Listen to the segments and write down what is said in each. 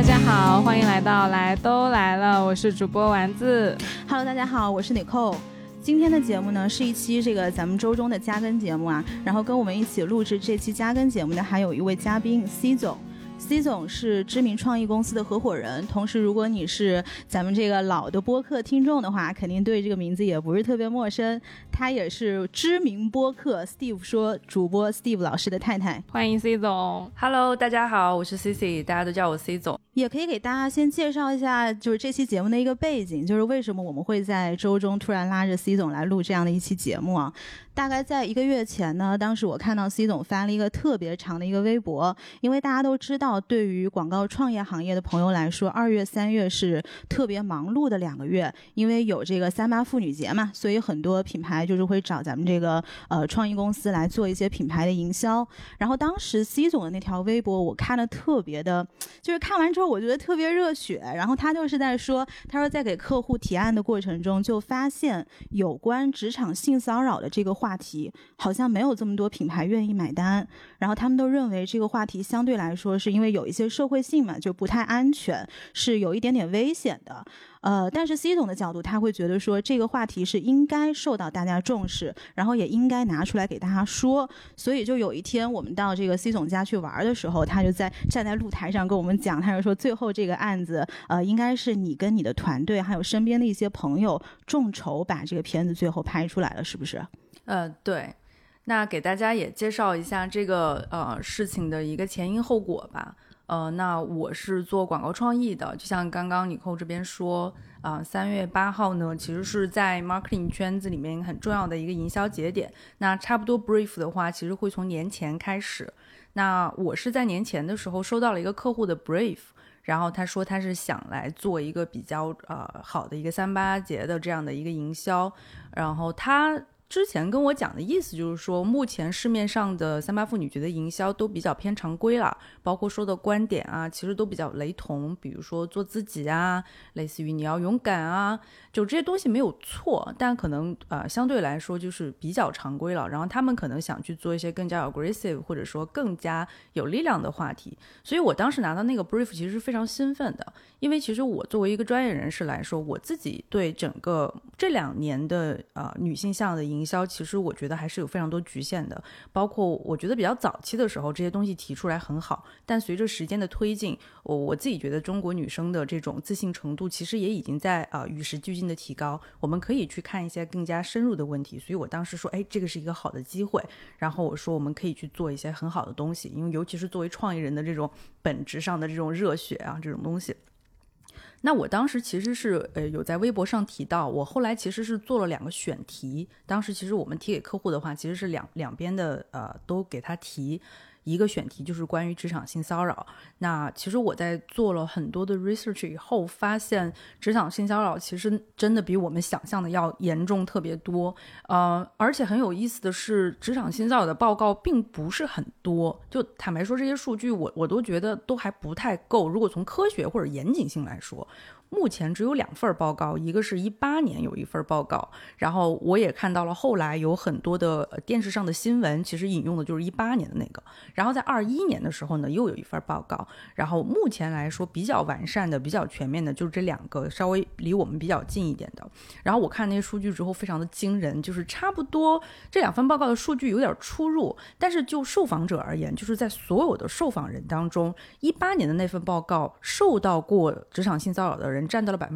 家好，欢迎来到来都来了，我是主播丸子。 Hello， 大家好，我是 Nicole。今天的节目呢是一期咱们周中的加更节目啊，然后跟我们一起录制这期加更节目的还有一位嘉宾 C 总。C 总是知名创意公司的合伙人，同时如果你是咱们这个老的播客听众的话，肯定对这个名字也不是特别陌生。他也是知名播客 Steve 说主播 Steve 老师的太太。 欢迎 C 总。 Hello， 大家好，我是 CC， 大家都叫我 C 总。 也可以给大家先介绍一下就是这期节目的一个背景，就是为什么我们会在周中突然拉着 C 总来录这样的一期节目啊。大概在1个月前呢，当时我看到 C 总发了一个特别长的一个微博，因为大家都知道对于广告创业行业的朋友来说，2月3月是特别忙碌的2个月，因为有这个38妇女节嘛，所以很多品牌就是会找咱们这个创意公司来做一些品牌的营销。然后当时 C 总的那条微博我看了特别的，就是看完之后我觉得特别热血，然后他就是在说，他说在给客户提案的过程中就发现有关职场性骚扰的这个话题好像没有这么多品牌愿意买单，然后他们都认为这个话题相对来说是因为有一些社会性嘛，就不太安全，是有一点点危险的。但是 C 总的角度他会觉得说这个话题是应该受到大家重视，然后也应该拿出来给大家说。所以就有一天我们到这个 C 总家去玩的时候，他就站在露台上跟我们讲，他就说最后这个案子应该是你跟你的团队还有身边的一些朋友众筹把这个片子最后拍出来了，是不是？ 对，那给大家也介绍一下这个事情的一个前因后果吧。那我是做广告创意的，就像刚刚Nicole这边说，3月8号呢，其实是在 marketing 圈子里面很重要的一个营销节点。那差不多 brief 的话，其实会从年前开始。那我是在年前的时候收到了一个客户的 brief， 然后他说他是想来做一个比较好的一个38节的这样的一个营销，然后他之前跟我讲的意思就是说，目前市面上的38妇女节的营销都比较偏常规了，包括说的观点啊，其实都比较雷同，比如说做自己啊，类似于你要勇敢啊，就这些东西没有错，但可能相对来说就是比较常规了。然后他们可能想去做一些更加 aggressive 或者说更加有力量的话题，所以我当时拿到那个 brief 其实是非常兴奋的，因为其实我作为一个专业人士来说，我自己对整个这2年的女性向的营销，其实我觉得还是有非常多局限的。包括我觉得比较早期的时候这些东西提出来很好，但随着时间的推进，我自己觉得中国女生的这种自信程度其实也已经在与时俱进的提高，我们可以去看一些更加深入的问题。所以我当时说这个是一个好的机会，然后我说我们可以去做一些很好的东西，因为尤其是作为创意人的这种本质上的这种热血啊，这种东西。那我当时其实是有在微博上提到，我后来其实是做了2个选题。当时其实我们提给客户的话，其实是两边的都给他提。一个选题就是关于职场性骚扰。那其实我在做了很多的 research 以后，发现职场性骚扰其实真的比我们想象的要严重特别多。而且很有意思的是，职场性骚扰的报告并不是很多，就坦白说这些数据我都觉得都还不太够。如果从科学或者严谨性来说，目前只有2份报告，一个是18年有一份报告，然后我也看到了后来有很多的电视上的新闻其实引用的就是18年的那个，然后在21年的时候呢又有一份报告，然后目前来说比较完善的比较全面的就是这2个稍微离我们比较近一点的。然后我看那些数据之后非常的惊人，就是差不多这2份报告的数据有点出入，但是就受访者而言，就是在所有的受访人当中，18年的那份报告受到过职场性骚扰的人占到了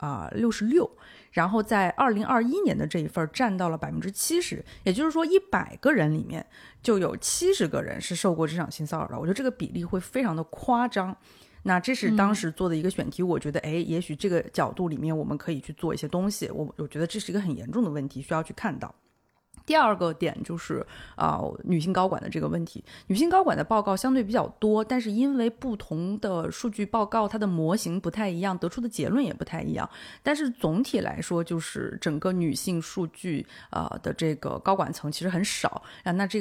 66%，然后在2021年的这一份占到了70%，也就是说100个人里面就有70个人是受过职场性骚扰的。我觉得这个比例会非常的夸张。那这是当时做的一个选题，我觉得也许这个角度里面我们可以去做一些东西，我觉得这是一个很严重的问题，需要去看到。第2个点就是女性高管的这个问题。女性高管的报告相对比较多，但是因为不同的数据报告它的模型不太一样，得出的结论也不太一样，但是总体来说就是整个女性数据的这个高管层其实很少那这个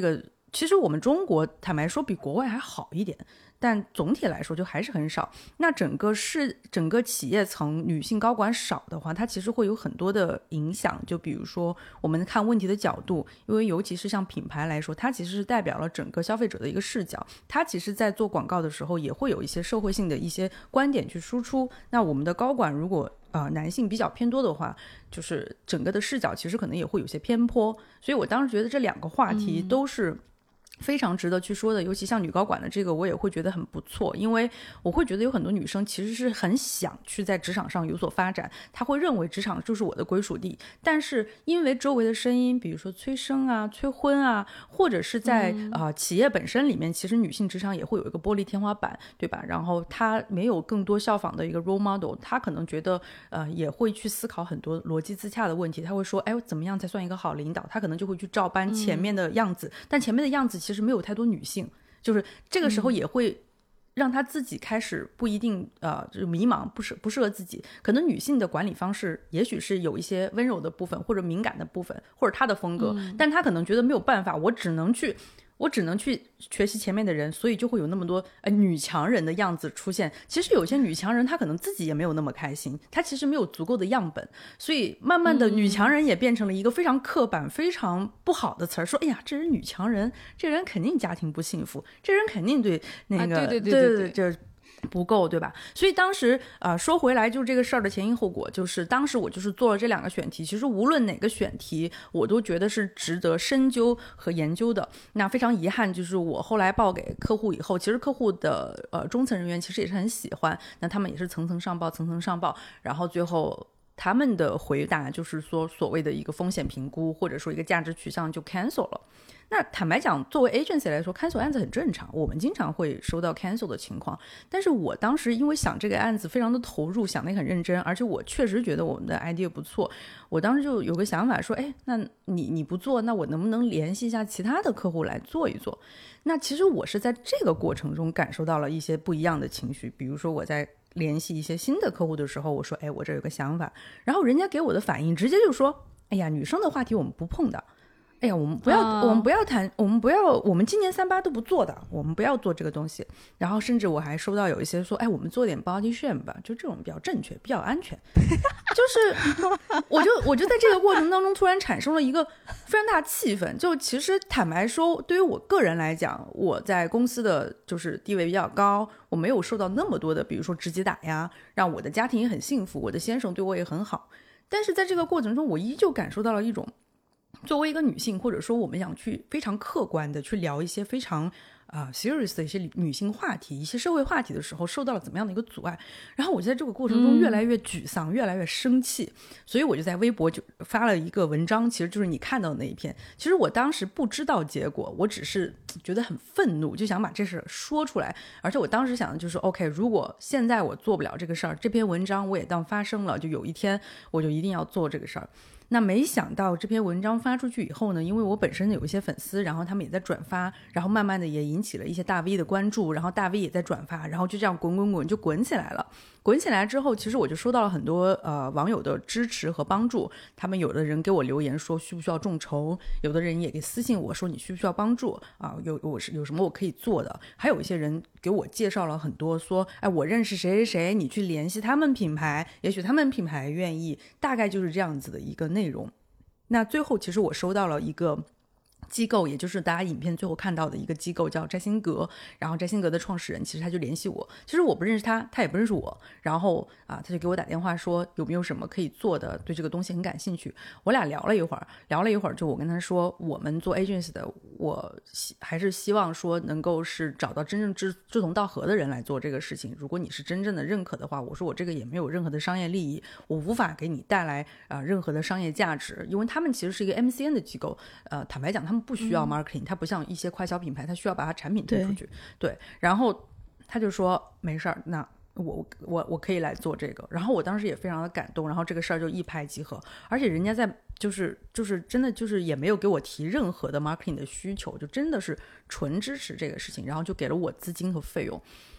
其实我们中国坦白说比国外还好一点，但总体来说就还是很少。那整个企业层女性高管少的话，它其实会有很多的影响。就比如说我们看问题的角度，因为尤其是像品牌来说，它其实是代表了整个消费者的一个视角，它其实在做广告的时候也会有一些社会性的一些观点去输出。那我们的高管如果男性比较偏多的话，就是整个的视角其实可能也会有些偏颇。所以我当时觉得这两个话题都是非常值得去说的，尤其像女高管的这个我也会觉得很不错，因为我会觉得有很多女生其实是很想去在职场上有所发展，她会认为职场就是我的归属地，但是因为周围的声音，比如说催生啊、催婚啊，或者是在企业本身里面，其实女性职场也会有一个玻璃天花板，对吧？然后她没有更多效仿的一个 role model， 她可能觉得也会去思考很多逻辑自洽的问题，她会说，哎，怎么样才算一个好领导？她可能就会去照搬前面的样子，但前面的样子其实没有太多女性，就是这个时候也会让他自己开始不一定就是迷茫，不适合自己。可能女性的管理方式也许是有一些温柔的部分或者敏感的部分或者她的风格，但她可能觉得没有办法，我只能去学习前面的人，所以就会有那么多女强人的样子出现。其实有些女强人她可能自己也没有那么开心，她其实没有足够的样本，所以慢慢的女强人也变成了一个非常刻板非常不好的词儿，说哎呀这人女强人，这人肯定家庭不幸福，这人肯定对那个对这不够，对吧？所以当时说回来，就是这个事儿的前因后果，就是当时我就是做了这两个选题，其实无论哪个选题我都觉得是值得深究和研究的。那非常遗憾，就是我后来报给客户以后，其实客户的中层人员其实也是很喜欢，那他们也是层层上报，然后最后他们的回答就是说所谓的一个风险评估或者说一个价值取向就 cancel 了。那坦白讲，作为 agency 来说 cancel 案子很正常，我们经常会收到 cancel 的情况。但是我当时因为想这个案子非常的投入，想得很认真，而且我确实觉得我们的 idea 不错，我当时就有个想法说，哎，那你不做，那我能不能联系一下其他的客户来做一做？那其实我是在这个过程中感受到了一些不一样的情绪，比如说我在联系一些新的客户的时候，我说，哎，我这有个想法，然后人家给我的反应直接就说，哎呀，女生的话题我们不碰的。哎呀，我们不要谈，我们今年38都不做的，我们不要做这个东西。然后甚至我还收到有一些说，哎，我们做点 body shame 吧，就这种比较正确，比较安全。就是我就在这个过程当中突然产生了一个非常大的气氛。就其实坦白说，对于我个人来讲，我在公司的就是地位比较高，我没有受到那么多的，比如说直击打压，让我的家庭也很幸福，我的先生对我也很好。但是在这个过程中，我依旧感受到了一种，作为一个女性，或者说我们想去非常客观的去聊一些非常serious 的一些女性话题，一些社会话题的时候，受到了怎么样的一个阻碍。然后我就在这个过程中越来越沮丧，越来越生气，所以我就在微博就发了一个文章，其实就是你看到的那一篇。其实我当时不知道结果，我只是觉得很愤怒，就想把这事说出来。而且我当时想的就是 OK， 如果现在我做不了这个事儿，这篇文章我也当发生了，就有一天我就一定要做这个事儿。那没想到这篇文章发出去以后呢，因为我本身有一些粉丝，然后他们也在转发，然后慢慢的也引起了一些大 V 的关注，然后大 V 也在转发，然后就这样滚就滚起来了。滚起来之后，其实我就收到了很多网友的支持和帮助，他们有的人给我留言说需不需要众筹，有的人也给私信我说你需不需要帮助有什么我可以做的，还有一些人给我介绍了很多，说哎我认识谁谁谁，你去联系他们品牌，也许他们品牌愿意，大概就是这样子的一个内容。那最后其实我收到了一个机构，也就是大家影片最后看到的一个机构，叫摘星阁。然后摘星阁的创始人其实他就联系我，其实我不认识他，他也不认识我，然后他就给我打电话说有没有什么可以做的，对这个东西很感兴趣。我俩聊了一会儿，就我跟他说我们做 agency 的，我还是希望说能够是找到真正志同道合的人来做这个事情。如果你是真正的认可的话，我说我这个也没有任何的商业利益，我无法给你带来任何的商业价值，因为他们其实是一个 MCN 的机构，坦白讲他们不需要 marketing，它不像一些快消品牌，它需要把它产品推出去。对，然后他就说没事儿，那我可以来做这个。然后我当时也非常的感动，然后这个事儿就一拍即合，而且人家在就是真的就是也没有给我提任何的 marketing 的需求，就真的是纯支持这个事情，然后就给了我资金和费用。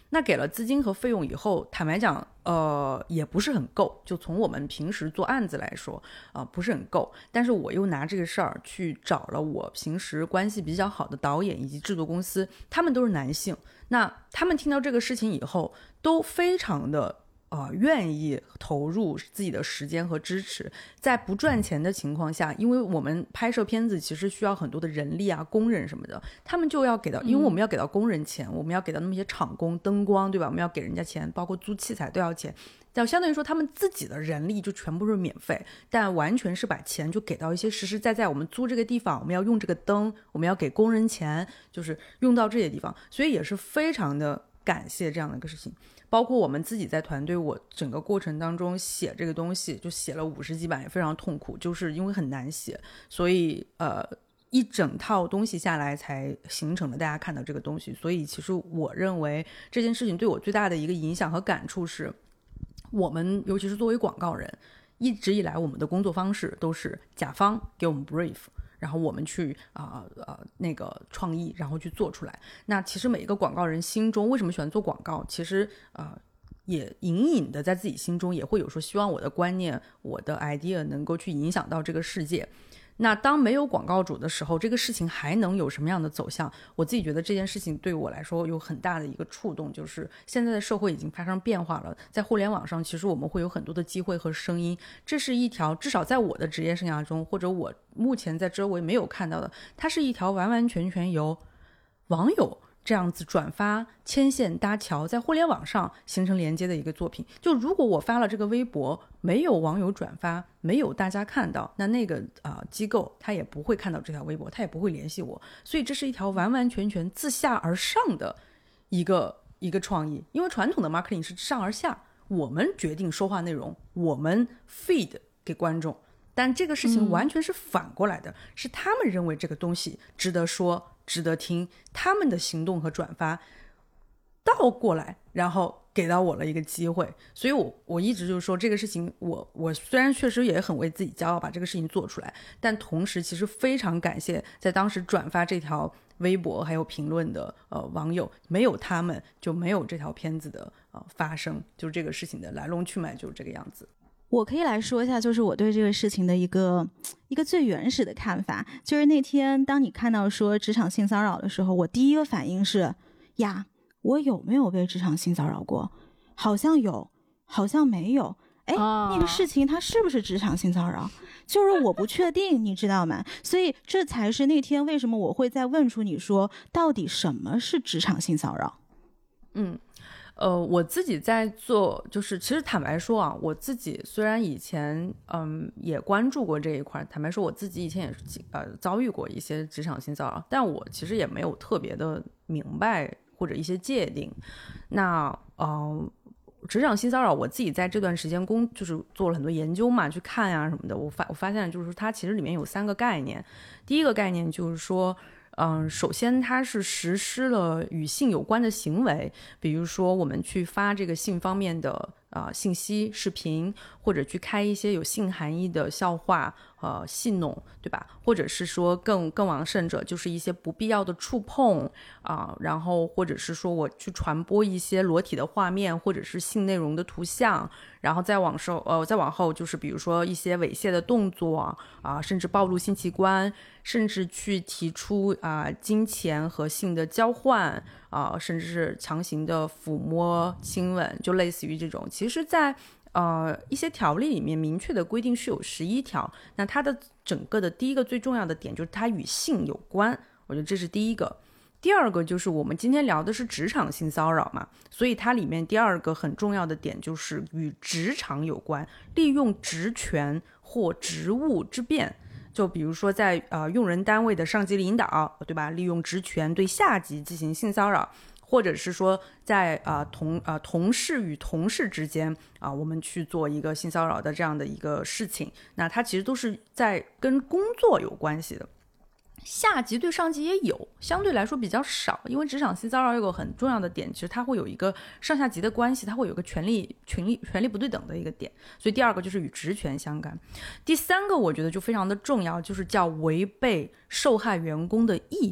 那给了资金和费用以后，坦白讲，也不是很够。就从我们平时做案子来说，不是很够。但是我又拿这个事儿去找了我平时关系比较好的导演以及制作公司，他们都是男性。那他们听到这个事情以后，都非常的愿意投入自己的时间和支持，在不赚钱的情况下，因为我们拍摄片子其实需要很多的人力啊、工人什么的，他们就要给到，因为我们要给到工人钱，我们要给到那么些场工、灯光，对吧？我们要给人家钱，包括租器材都要钱。但相当于说他们自己的人力就全部是免费，但完全是把钱就给到一些实实在在我们租这个地方，我们要用这个灯，我们要给工人钱，就是用到这些地方，所以也是非常的感谢这样的一个事情。包括我们自己在团队，我整个过程当中写这个东西就写了50几版，也非常痛苦，就是因为很难写，所以一整套东西下来才形成了大家看到这个东西。所以其实我认为这件事情对我最大的一个影响和感触是，我们尤其是作为广告人，一直以来我们的工作方式都是甲方给我们 brief，然后我们去那个创意，然后去做出来。那其实每一个广告人心中为什么喜欢做广告，其实也隐隐的在自己心中也会有说，希望我的观念、我的 idea 能够去影响到这个世界。那当没有广告主的时候，这个事情还能有什么样的走向？我自己觉得这件事情对我来说有很大的一个触动，就是现在的社会已经发生变化了，在互联网上其实我们会有很多的机会和声音，这是一条至少在我的职业生涯中，或者我目前在周围没有看到的，它是一条完完全全由网友这样子转发、牵线搭桥，在互联网上形成连接的一个作品。就如果我发了这个微博，没有网友转发，没有大家看到，那个机构他也不会看到这条微博，他也不会联系我。所以这是一条完完全全自下而上的一个创意。因为传统的 marketing 是自上而下，我们决定说话内容，我们 feed 给观众，但这个事情完全是反过来的，是他们认为这个东西值得说、值得听，他们的行动和转发倒过来，然后给到我了一个机会。所以我一直就是说这个事情，我虽然确实也很为自己骄傲把这个事情做出来，但同时其实非常感谢在当时转发这条微博还有评论的网友，没有他们就没有这条片子的发生，就是这个事情的来龙去脉就是这个样子。 我可以来说一下，就是我对这个事情的一个最原始的看法，就是那天当你看到说职场性骚扰的时候，我第一个反应是呀，我有没有被职场性骚扰过？好像有，好像没有。哎，那个事情它是不是职场性骚扰？就是我不确定，你知道吗？所以这才是那天为什么我会再问出你说，到底什么是职场性骚扰？ 我自己在做，就是其实坦白说啊，我自己虽然以前也关注过这一块，坦白说我自己以前也是遭遇过一些职场性骚扰，但我其实也没有特别的明白或者一些界定。那职场性骚扰，我自己在这段时间就是做了很多研究嘛，去看呀什么的，我发现就是它其实里面有3个概念。第一个概念就是说首先它是实施了与性有关的行为，比如说我们去发这个性方面的信息、视频，或者去开一些有性含义的笑话、戏弄，对吧？或者是说更往甚者，就是一些不必要的触碰然后或者是说我去传播一些裸体的画面或者是性内容的图像，然后再往后就是比如说一些猥亵的动作甚至暴露性器官，甚至去提出金钱和性的交换甚至是强行的抚摸、亲吻，就类似于这种。其实在一些条例里面明确的规定是有11条，那它的整个的第一个最重要的点就是它与性有关，我觉得这是第一个。第二个就是我们今天聊的是职场性骚扰嘛，所以它里面第二个很重要的点就是与职场有关，利用职权或职务之便，就比如说在用人单位的上级领导，对吧？利用职权对下级进行性骚扰，或者是说在同事与同事之间我们去做一个性骚扰的这样的一个事情，那它其实都是在跟工作有关系的。下级对上级也有，相对来说比较少，因为职场性骚扰有个很重要的点，其实它会有一个上下级的关系，它会有一个权利不对等的一个点，所以第二个就是与职权相干。第三个我觉得就非常的重要，就是叫违背受害员工的意愿。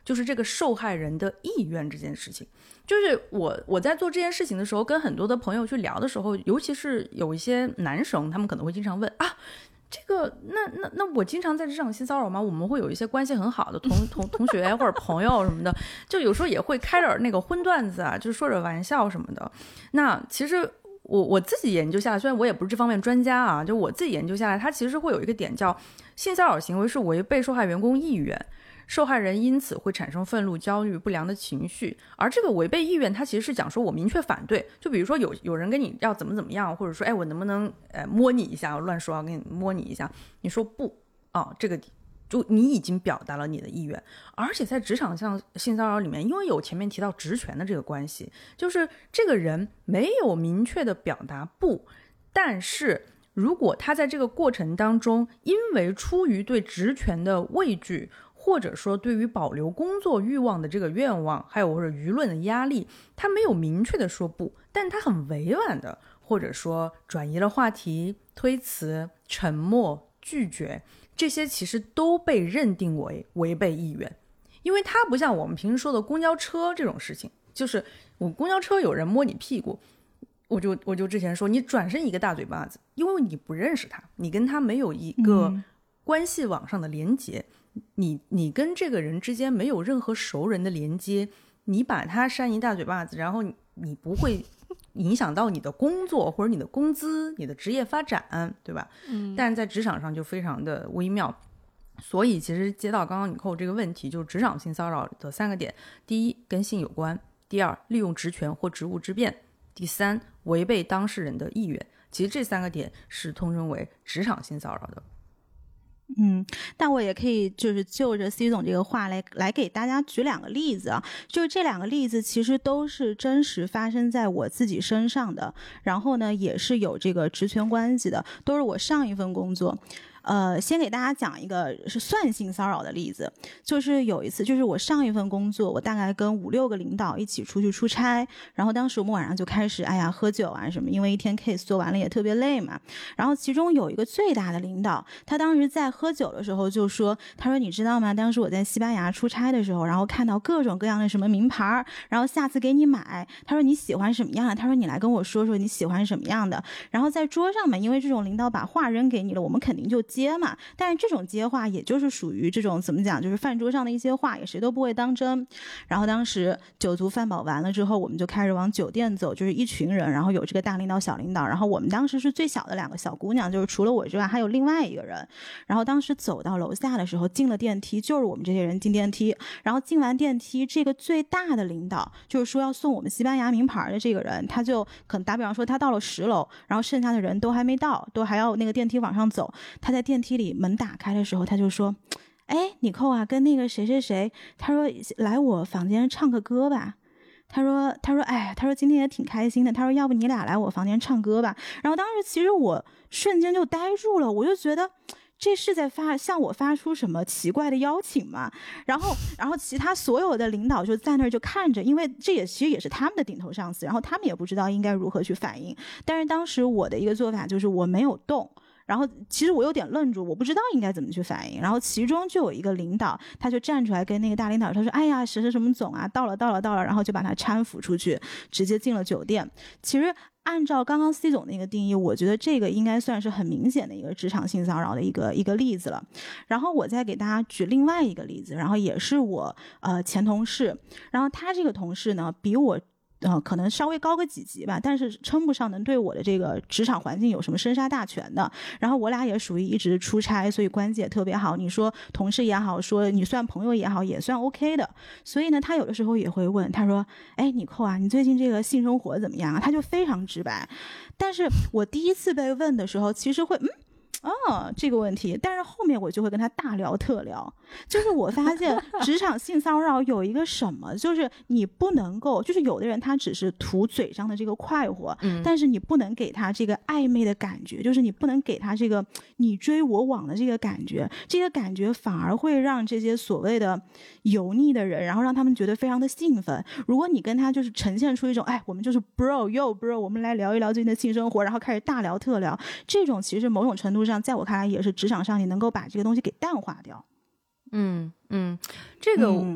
就是这个受害人的意愿这件事情。就是我在做这件事情的时候，跟很多的朋友去聊的时候，尤其是有一些男生，他们可能会经常问啊，这个那我经常在职场性骚扰吗？我们会有一些关系很好的同学或者朋友什么的，就有时候也会开点那个荤段子啊，就是说点玩笑什么的。那其实我自己研究下来，虽然我也不是这方面专家啊，就我自己研究下来，它其实会有一个点叫性骚扰行为是违背受害员工意愿，受害人因此会产生愤怒、焦虑、不良的情绪。而这个违背意愿，它其实是讲说我明确反对，就比如说有人跟你要怎么样，或者说我能不能摸你一下，我乱说给你摸你一下，你说不这个就你已经表达了你的意愿。而且在职场上性骚扰里面，因为有前面提到职权的这个关系，就是这个人没有明确的表达不，但是如果他在这个过程当中，因为出于对职权的畏惧，或者说对于保留工作欲望的这个愿望，还有或者舆论的压力，他没有明确的说不，但他很委婉的，或者说转移了话题、推辞、沉默、拒绝，这些其实都被认定为违背意愿。因为它不像我们平时说的公交车这种事情，就是我公交车有人摸你屁股，我就之前说你转身一个大嘴巴子，因为你不认识他，你跟他没有一个关系网上的连接，你跟这个人之间没有任何熟人的连接，你把他扇一大嘴巴子，然后你不会影响到你的工作或者你的工资、你的职业发展，对吧？但是在职场上就非常的微妙。所以其实接到刚刚你扣这个问题，就是职场性骚扰的3个点：第一，跟性有关；第二，利用职权或职务之便；第三，违背当事人的意愿。其实这3个点是通称为职场性骚扰的。 但我也可以就是就着 C 总这个话来给大家举2个例子啊，就是这2个例子其实都是真实发生在我自己身上的，然后呢也是有这个职权关系的，都是我上一份工作。先给大家讲一个是算性骚扰的例子，就是有一次，就是我上一份工作，我大概跟5、6个领导一起出去出差，然后当时我们晚上就开始喝酒啊什么，因为一天 case 做完了也特别累嘛。然后其中有一个最大的领导，他当时在喝酒的时候就说，他说你知道吗，当时我在西班牙出差的时候，然后看到各种各样的什么名牌，然后下次给你买，他说你喜欢什么样的，他说你来跟我说说你喜欢什么样的。然后在桌上嘛，因为这种领导把话扔给你了，我们肯定就接嘛，但是这种接话也就是属于这种怎么讲，就是饭桌上的一些话，也谁都不会当真。然后当时酒足饭饱完了之后，我们就开始往酒店走，就是一群人，然后有这个大领导小领导，然后我们当时是最小的2个小姑娘，就是除了我之外还有另外一个人。然后当时走到楼下的时候，进了电梯，就是我们这些人进电梯，然后进完电梯，这个最大的领导就是说要送我们西班牙名牌的这个人，他就可能打比方说他到了10楼，然后剩下的人都还没到，都还要那个电梯往上走，他在电梯里门打开的时候，他就说你扣啊，跟那个谁谁谁，他说来我房间唱个歌吧。他说他说今天也挺开心的，他说要不你俩来我房间唱歌吧。然后当时其实我瞬间就呆住了，我就觉得这是在向我发出什么奇怪的邀请吗？然后其他所有的领导就在那儿就看着，因为这其实也是他们的顶头上司，然后他们也不知道应该如何去反应。但是当时我的一个做法就是我没有动，然后其实我有点愣住，我不知道应该怎么去反应。然后其中就有一个领导，他就站出来跟那个大领导他说哎呀谁什么总啊，到了，然后就把他搀扶出去，直接进了酒店。其实按照刚刚 C 总的一个定义，我觉得这个应该算是很明显的一个职场性骚扰的一个例子了。然后我再给大家举另外一个例子，然后也是我前同事，然后他这个同事呢比我可能稍微高个几级吧，但是称不上能对我的这个职场环境有什么生杀大权的。然后我俩也属于一直出差，所以关系也特别好，你说同事也好，说你算朋友也好，也算 OK 的。所以呢他有的时候也会问，他说你扣啊，你最近这个性生活怎么样啊？他就非常直白。但是我第一次被问的时候其实会这个问题，但是后面我就会跟他大聊特聊。就是我发现职场性骚扰有一个什么，就是你不能够，就是有的人他只是图嘴上的这个快活，但是你不能给他这个暧昧的感觉，就是你不能给他这个你追我往的这个感觉，这个感觉反而会让这些所谓的油腻的人，然后让他们觉得非常的兴奋。如果你跟他就是呈现出一种我们就是 bro yo bro， 我们来聊一聊最近的性生活，然后开始大聊特聊，这种其实某种程度上在我看来也是职场上你能够把这个东西给淡化掉。 这个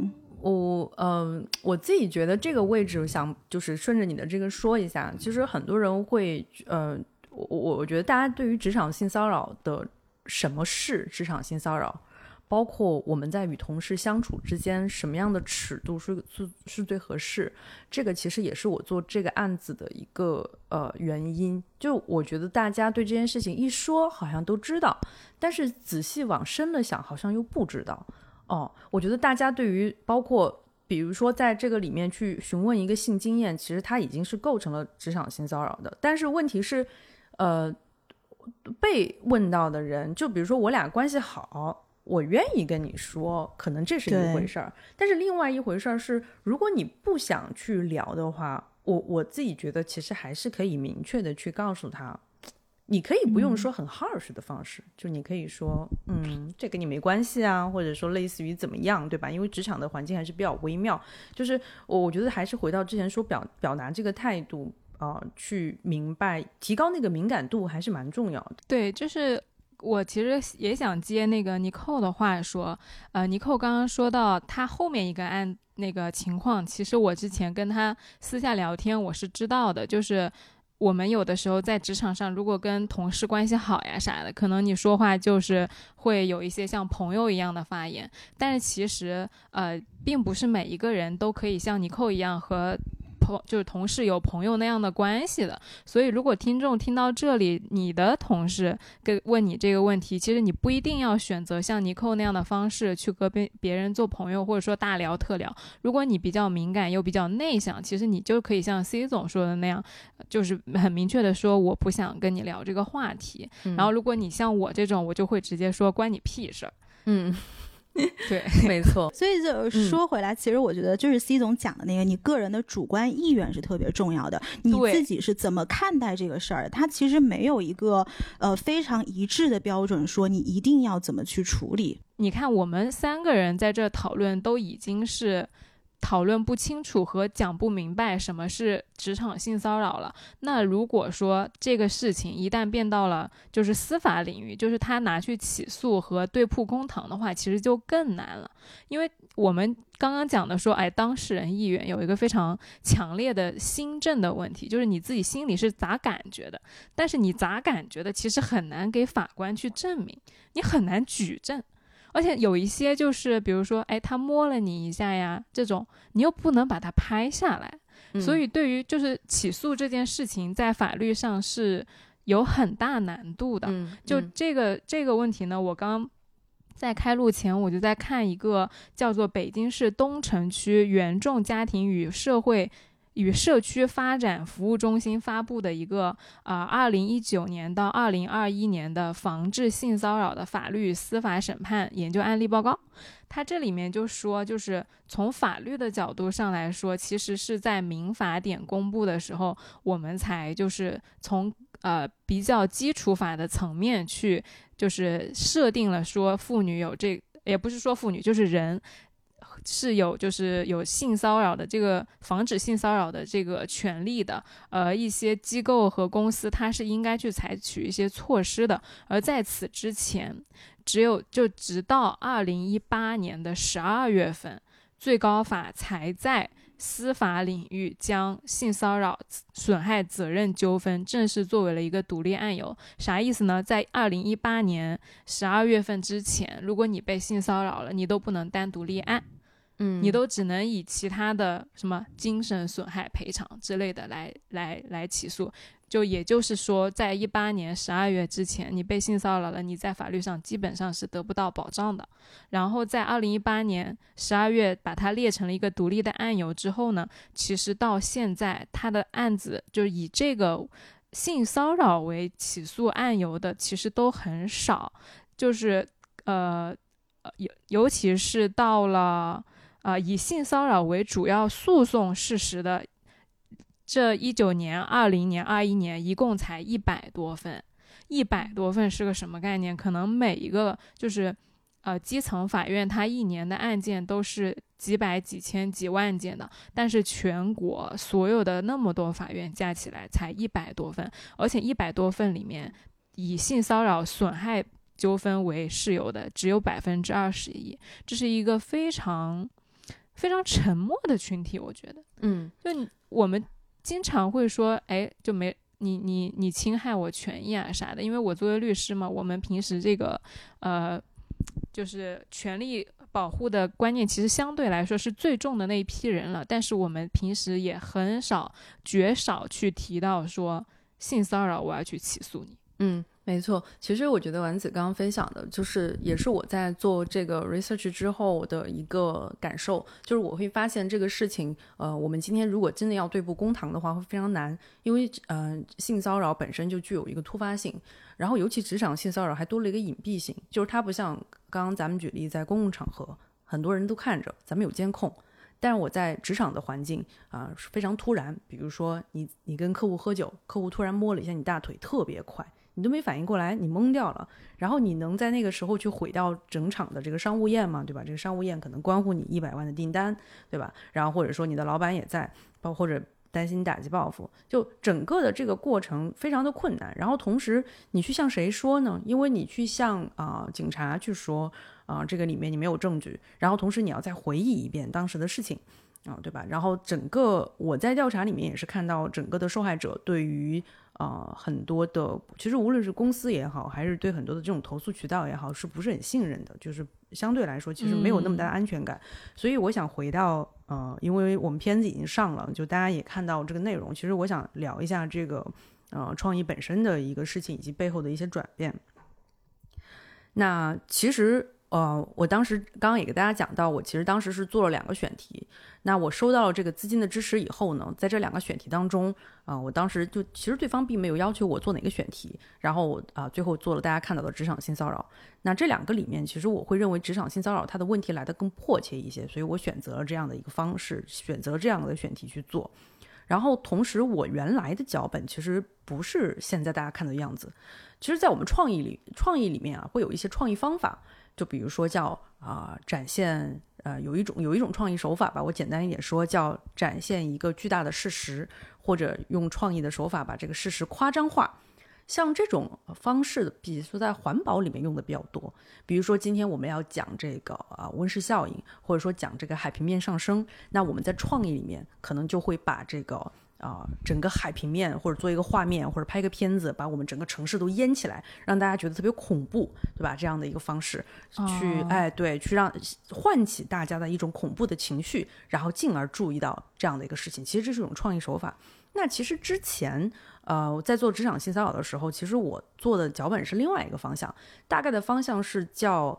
我自己觉得这个位置想就是顺着你的这个说一下，其实很多人会我觉得大家对于职场性骚扰的什么是职场性骚扰，包括我们在与同事相处之间什么样的尺度是最合适，这个其实也是我做这个案子的一个原因。就我觉得大家对这件事情一说好像都知道，但是仔细往深了想好像又不知道。我觉得大家对于包括比如说在这个里面去询问一个性经验，其实它已经是构成了职场性骚扰的。但是问题是被问到的人，就比如说我俩关系好，我愿意跟你说，可能这是一回事儿。但是另外一回事儿是，如果你不想去聊的话，我自己觉得其实还是可以明确的去告诉他，你可以不用说很 harsh 的方式，就你可以说这跟你没关系啊，或者说类似于怎么样，对吧？因为职场的环境还是比较微妙，就是我觉得还是回到之前说表达这个态度去明白提高那个敏感度还是蛮重要的。 对，就是我其实也想接那个Nicole的话说Nicole刚刚说到他后面一个那个情况，其实我之前跟他私下聊天我是知道的，就是我们有的时候在职场上如果跟同事关系好呀啥的，可能你说话就是会有一些像朋友一样的发言，但是其实并不是每一个人都可以像Nicole一样和就是同事有朋友那样的关系的。所以如果听众听到这里，你的同事问你这个问题，其实你不一定要选择像Nicole那样的方式去和别人做朋友，或者说大聊特聊。如果你比较敏感又比较内向，其实你就可以像 C 总说的那样，就是很明确的说我不想跟你聊这个话题。然后如果你像我这种，我就会直接说关你屁事儿。对， 没错。 所以就说回来，其实我觉得就是 C 总讲的那个，你个人的主观意愿是特别重要的，你自己是怎么看待这个事儿，它其实没有一个非常一致的标准说你一定要怎么去处理。 你看我们3个人在这讨论都已经是讨论不清楚和讲不明白什么是职场性骚扰了，那如果说这个事情一旦变到了就是司法领域，就是他拿去起诉和对簿公堂的话，其实就更难了。因为我们刚刚讲的说当事人意愿有一个非常强烈的心证的问题，就是你自己心里是咋感觉的，但是你咋感觉的其实很难给法官去证明，你很难举证。而且有一些就是比如说他摸了你一下呀，这种你又不能把它拍下来，所以对于就是起诉这件事情在法律上是有很大难度的。就这个问题呢，我刚在开录前我就在看一个叫做北京市东城区原众家庭与社区发展服务中心发布的一个2019年到2021年的防治性骚扰的法律司法审判研究案例报告。它这里面就说，就是从法律的角度上来说，其实是在民法典公布的时候，我们才就是从比较基础法的层面去就是设定了说妇女有也不是说妇女，就是人是就是有性骚扰的这个防止性骚扰的这个权利的，一些机构和公司它是应该去采取一些措施的。而在此之前，直到2018年的12月份，最高法才在司法领域将性骚扰损害责任纠纷正式作为了一个独立案由。啥意思呢？在2018年12月份之前，如果你被性骚扰了，你都不能单独立案，你都只能以其他的什么精神损害赔偿之类的来起诉。就也就是说，在18年12月之前，你被性骚扰了，你在法律上基本上是得不到保障的。然后在2018年12月把它列成了一个独立的案由之后呢，其实到现在他的案子就以这个性骚扰为起诉案由的其实都很少，就是尤其是到了以性骚扰为主要诉讼事实的这19年、20年、21年一共才100多份。100多份是个什么概念？可能每一个就是基层法院它一年的案件都是几百、几千、几万件的，但是全国所有的那么多法院加起来才100多份，而且100多份里面以性骚扰损害纠纷为事由的只有21%，这是一个非常非常沉默的群体，我觉得，就我们经常会说，哎，就没你侵害我权益啊啥的，因为我作为律师嘛，我们平时这个就是权利保护的观念其实相对来说是最重的那一批人了，但是我们平时也很少绝少去提到说性骚扰我要去起诉你。 没错，其实我觉得丸子刚刚分享的就是也是我在做这个 research 之后的一个感受，就是我会发现这个事情我们今天如果真的要对簿公堂的话会非常难，因为性骚扰本身就具有一个突发性，然后尤其职场性骚扰还多了一个隐蔽性，就是它不像刚刚咱们举例在公共场合很多人都看着，咱们有监控，但是我在职场的环境是非常突然，比如说你跟客户喝酒，客户突然摸了一下你大腿，特别快，你都没反应过来，你懵掉了，然后你能在那个时候去毁掉整场的这个商务宴吗？对吧？这个商务宴可能关乎你100万的订单，对吧？然后或者说你的老板也在，包括或者担心打击报复，就整个的这个过程非常的困难。然后同时你去向谁说呢？因为你去向警察去说这个里面你没有证据，然后同时你要再回忆一遍当时的事情对吧？然后整个我在调查里面也是看到整个的受害者对于很多的，其实无论是公司也好，还是对很多的这种投诉渠道也好，是不是很信任的，就是相对来说其实没有那么大的安全感。所以我想回到因为我们片子已经上了，就大家也看到这个内容，其实我想聊一下这个创意本身的一个事情以及背后的一些转变。那其实我当时刚刚也给大家讲到，我其实当时是做了2个选题。那我收到了这个资金的支持以后呢，在这2个选题当中我当时就其实对方并没有要求我做哪个选题，然后最后做了大家看到的职场性骚扰。那这2个里面，其实我会认为职场性骚扰它的问题来得更迫切一些，所以我选择了这样的一个方式，选择这样的选题去做。然后同时我原来的脚本其实不是现在大家看的样子，其实在我们创意里面会有一些创意方法，就比如说叫展现有一种创意手法吧，我简单一点说叫展现一个巨大的事实，或者用创意的手法把这个事实夸张化。像这种方式比如说在环保里面用的比较多，比如说今天我们要讲这个温室效应，或者说讲这个海平面上升，那我们在创意里面可能就会把这个整个海平面或者做一个画面或者拍个片子，把我们整个城市都淹起来，让大家觉得特别恐怖，对吧？这样的一个方式去去让唤起大家的一种恐怖的情绪，然后进而注意到这样的一个事情。其实这是一种创意手法。那其实之前在做职场性骚扰的时候，其实我做的脚本是另外一个方向，大概的方向是叫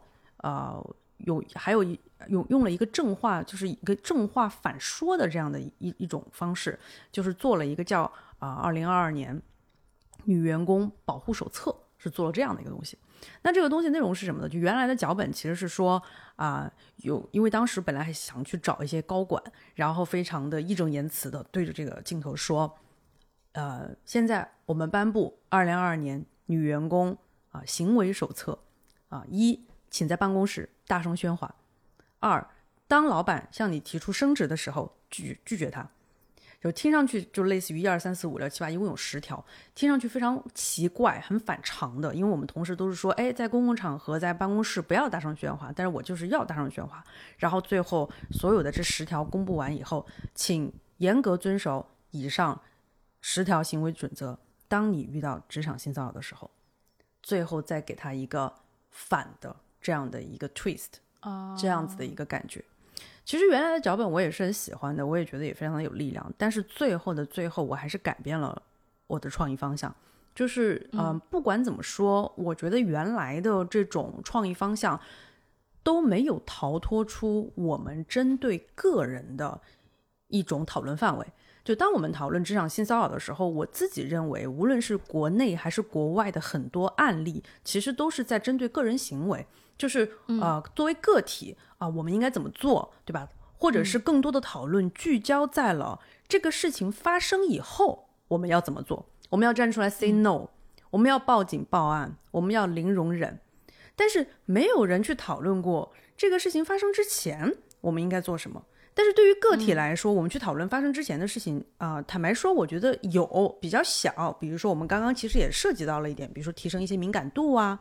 用了一个正话，就是一个正话反说的这样的一种方式，就是做了一个叫2022年女员工保护手册，是做了这样的一个东西。那这个东西内容是什么呢？就原来的脚本其实是说因为当时本来还想去找一些高管，然后非常的义正言辞的对着这个镜头说现在我们颁布2022年女员工行为手册1，请在办公室大声喧哗；2，当老板向你提出升职的时候拒绝他。就听上去就类似于1、2、3、4、5、6、7、8，一共有10条，听上去非常奇怪，很反常的。因为我们同事都是说，在公共场合，在办公室不要大声喧哗，但是我就是要大声喧哗。然后最后所有的这10条公布完以后，请严格遵守以上10条行为准则。当你遇到职场性骚扰的时候，最后再给他一个反的这样的一个 twist，这样子的一个感觉。其实原来的脚本我也是很喜欢的，我也觉得也非常的有力量，但是最后的最后我还是改变了我的创意方向。就是不管怎么说，我觉得原来的这种创意方向都没有逃脱出我们针对个人的一种讨论范围。就当我们讨论职场性骚扰的时候，我自己认为无论是国内还是国外的很多案例，其实都是在针对个人行为，就是作为个体我们应该怎么做，对吧？或者是更多的讨论聚焦在了这个事情发生以后我们要怎么做，我们要站出来 say no，我们要报警报案，我们要零容忍。但是没有人去讨论过这个事情发生之前我们应该做什么。但是对于个体来说，我们去讨论发生之前的事情坦白说我觉得有比较小，比如说我们刚刚其实也涉及到了一点，比如说提升一些敏感度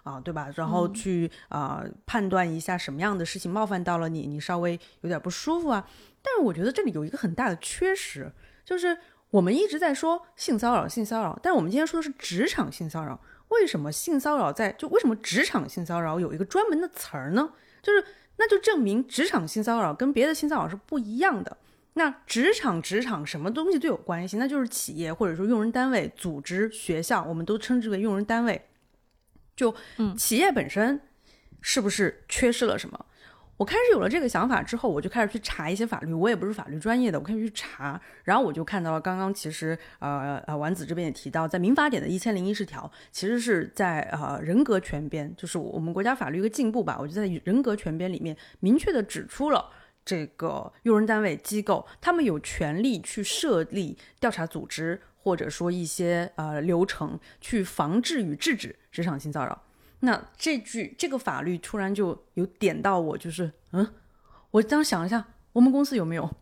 对吧？然后去判断一下什么样的事情冒犯到了你，你稍微有点不舒服啊。但是我觉得这里有一个很大的缺失，就是我们一直在说性骚扰，但是我们今天说的是职场性骚扰。为什么性骚扰为什么职场性骚扰有一个专门的词儿呢？那就证明职场性骚扰跟别的性骚扰是不一样的。那职场什么东西都有关系，那就是企业或者说用人单位、组织、学校，我们都称之为用人单位。就企业本身是不是缺失了什么？我开始有了这个想法之后，我就开始去查一些法律，我也不是法律专业的，我开始去查，然后我就看到了刚刚其实丸子这边也提到，在民法典的1010条，其实是在人格权编，就是我们国家法律一个进步吧，我就在人格权编里面明确的指出了这个用人单位机构，他们有权利去设立调查组织，或者说一些流程，去防治与制止职场性骚扰。那这个法律突然就有点到我，就是我当时想了一下，我们公司有没有？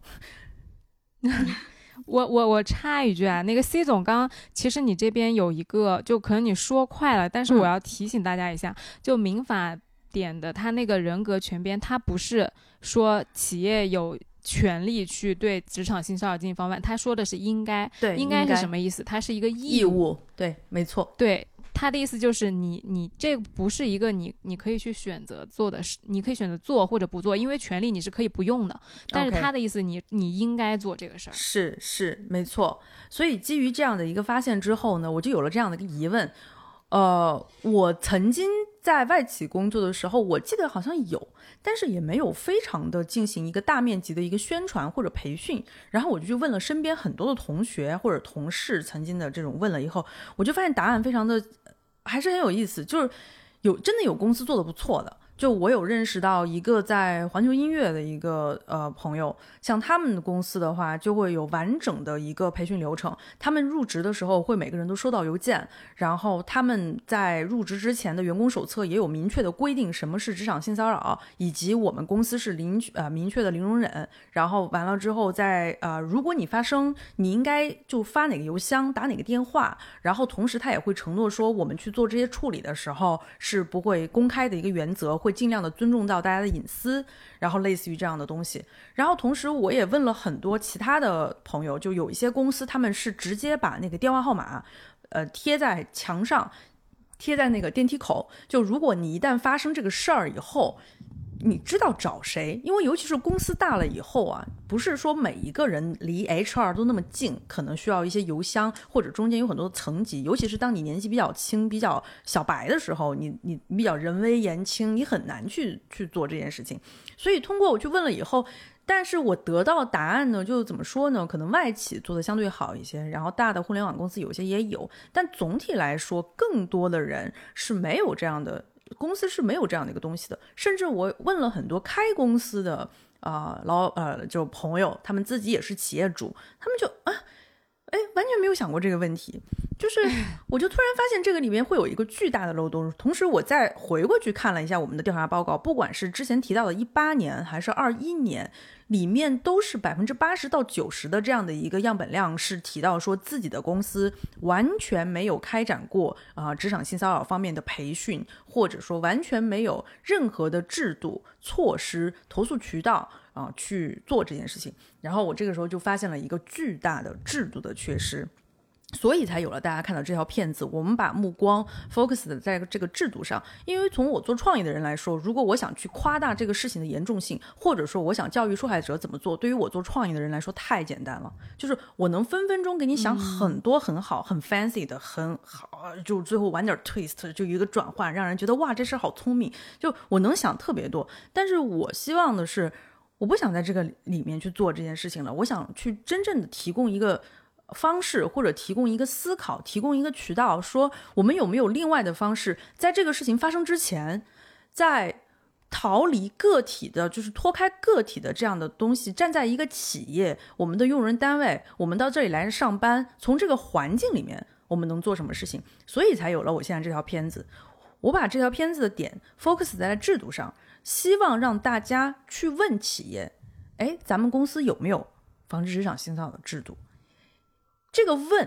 我插一句啊，那个 C 总刚刚其实你这边有一个，就可能你说快了，但是我要提醒大家一下，就民法典的它那个人格权编，它不是说企业有权利去对职场性骚扰进行防范，他说的是应该。 对， 应该是什么意思？它是一个义务。对，没错。 对，他的意思就是你这不是一个你可以去选择做的事，你可以选择做或者不做，因为权利你是可以不用的。但是他的意思你应该做这个事儿。 是没错。所以基于这样的一个发现之后呢，我就有了这样的一个疑问。我曾经在外企工作的时候，我记得好像有，但是也没有非常的进行一个大面积的一个宣传或者培训。然后我就去问了身边很多的同学或者同事曾经的这种问了以后，我就发现答案非常的还是很有意思，就是真的有公司做的不错的。就我有认识到一个在环球音乐的一个朋友，像他们的公司的话就会有完整的一个培训流程，他们入职的时候会每个人都收到邮件，然后他们在入职之前的员工手册也有明确的规定什么是职场性骚扰，以及我们公司是明确的零容忍。然后完了之后如果你发生，你应该就发哪个邮箱打哪个电话，然后同时他也会承诺说我们去做这些处理的时候是不会公开的一个原则，会尽量的尊重到大家的隐私，然后类似于这样的东西。然后同时我也问了很多其他的朋友，就有一些公司他们是直接把那个电话号码贴在墙上，贴在那个电梯口，就如果你一旦发生这个事儿以后，你知道找谁。因为尤其是公司大了以后啊，不是说每一个人离 HR 都那么近，可能需要一些邮箱，或者中间有很多层级，尤其是当你年纪比较轻比较小白的时候，你比较人微言轻，你很难去做这件事情。所以通过我去问了以后，但是我得到答案呢，就怎么说呢，可能外企做的相对好一些，然后大的互联网公司有些也有，但总体来说更多的人是没有这样的，公司是没有这样的一个东西的。甚至我问了很多开公司的就朋友，他们自己也是企业主，他们就完全没有想过这个问题。就是我就突然发现这个里面会有一个巨大的漏洞。同时我再回过去看了一下我们的调查报告，不管是之前提到的18年还是21年，里面都是80%到90%的这样的一个样本量是提到说自己的公司完全没有开展过职场性骚扰方面的培训，或者说完全没有任何的制度措施投诉渠道去做这件事情。然后我这个时候就发现了一个巨大的制度的缺失，所以才有了大家看到这条片子。我们把目光 focus 在这个制度上，因为从我做创业的人来说，如果我想去夸大这个事情的严重性，或者说我想教育受害者怎么做，对于我做创业的人来说太简单了。就是我能分分钟给你想很多很好很 fancy 的很好，就最后玩点 twist， 就一个转换让人觉得哇这事好聪明，就我能想特别多。但是我希望的是，我不想在这个里面去做这件事情了，我想去真正的提供一个方式，或者提供一个思考，提供一个渠道，说我们有没有另外的方式，在这个事情发生之前，在逃离个体的，就是脱开个体的这样的东西，站在一个企业，我们的用人单位，我们到这里来上班，从这个环境里面我们能做什么事情。所以才有了我现在这条片子。我把这条片子的点 focus 在制度上，希望让大家去问企业，咱们公司有没有防止职场性骚扰的制度。这个问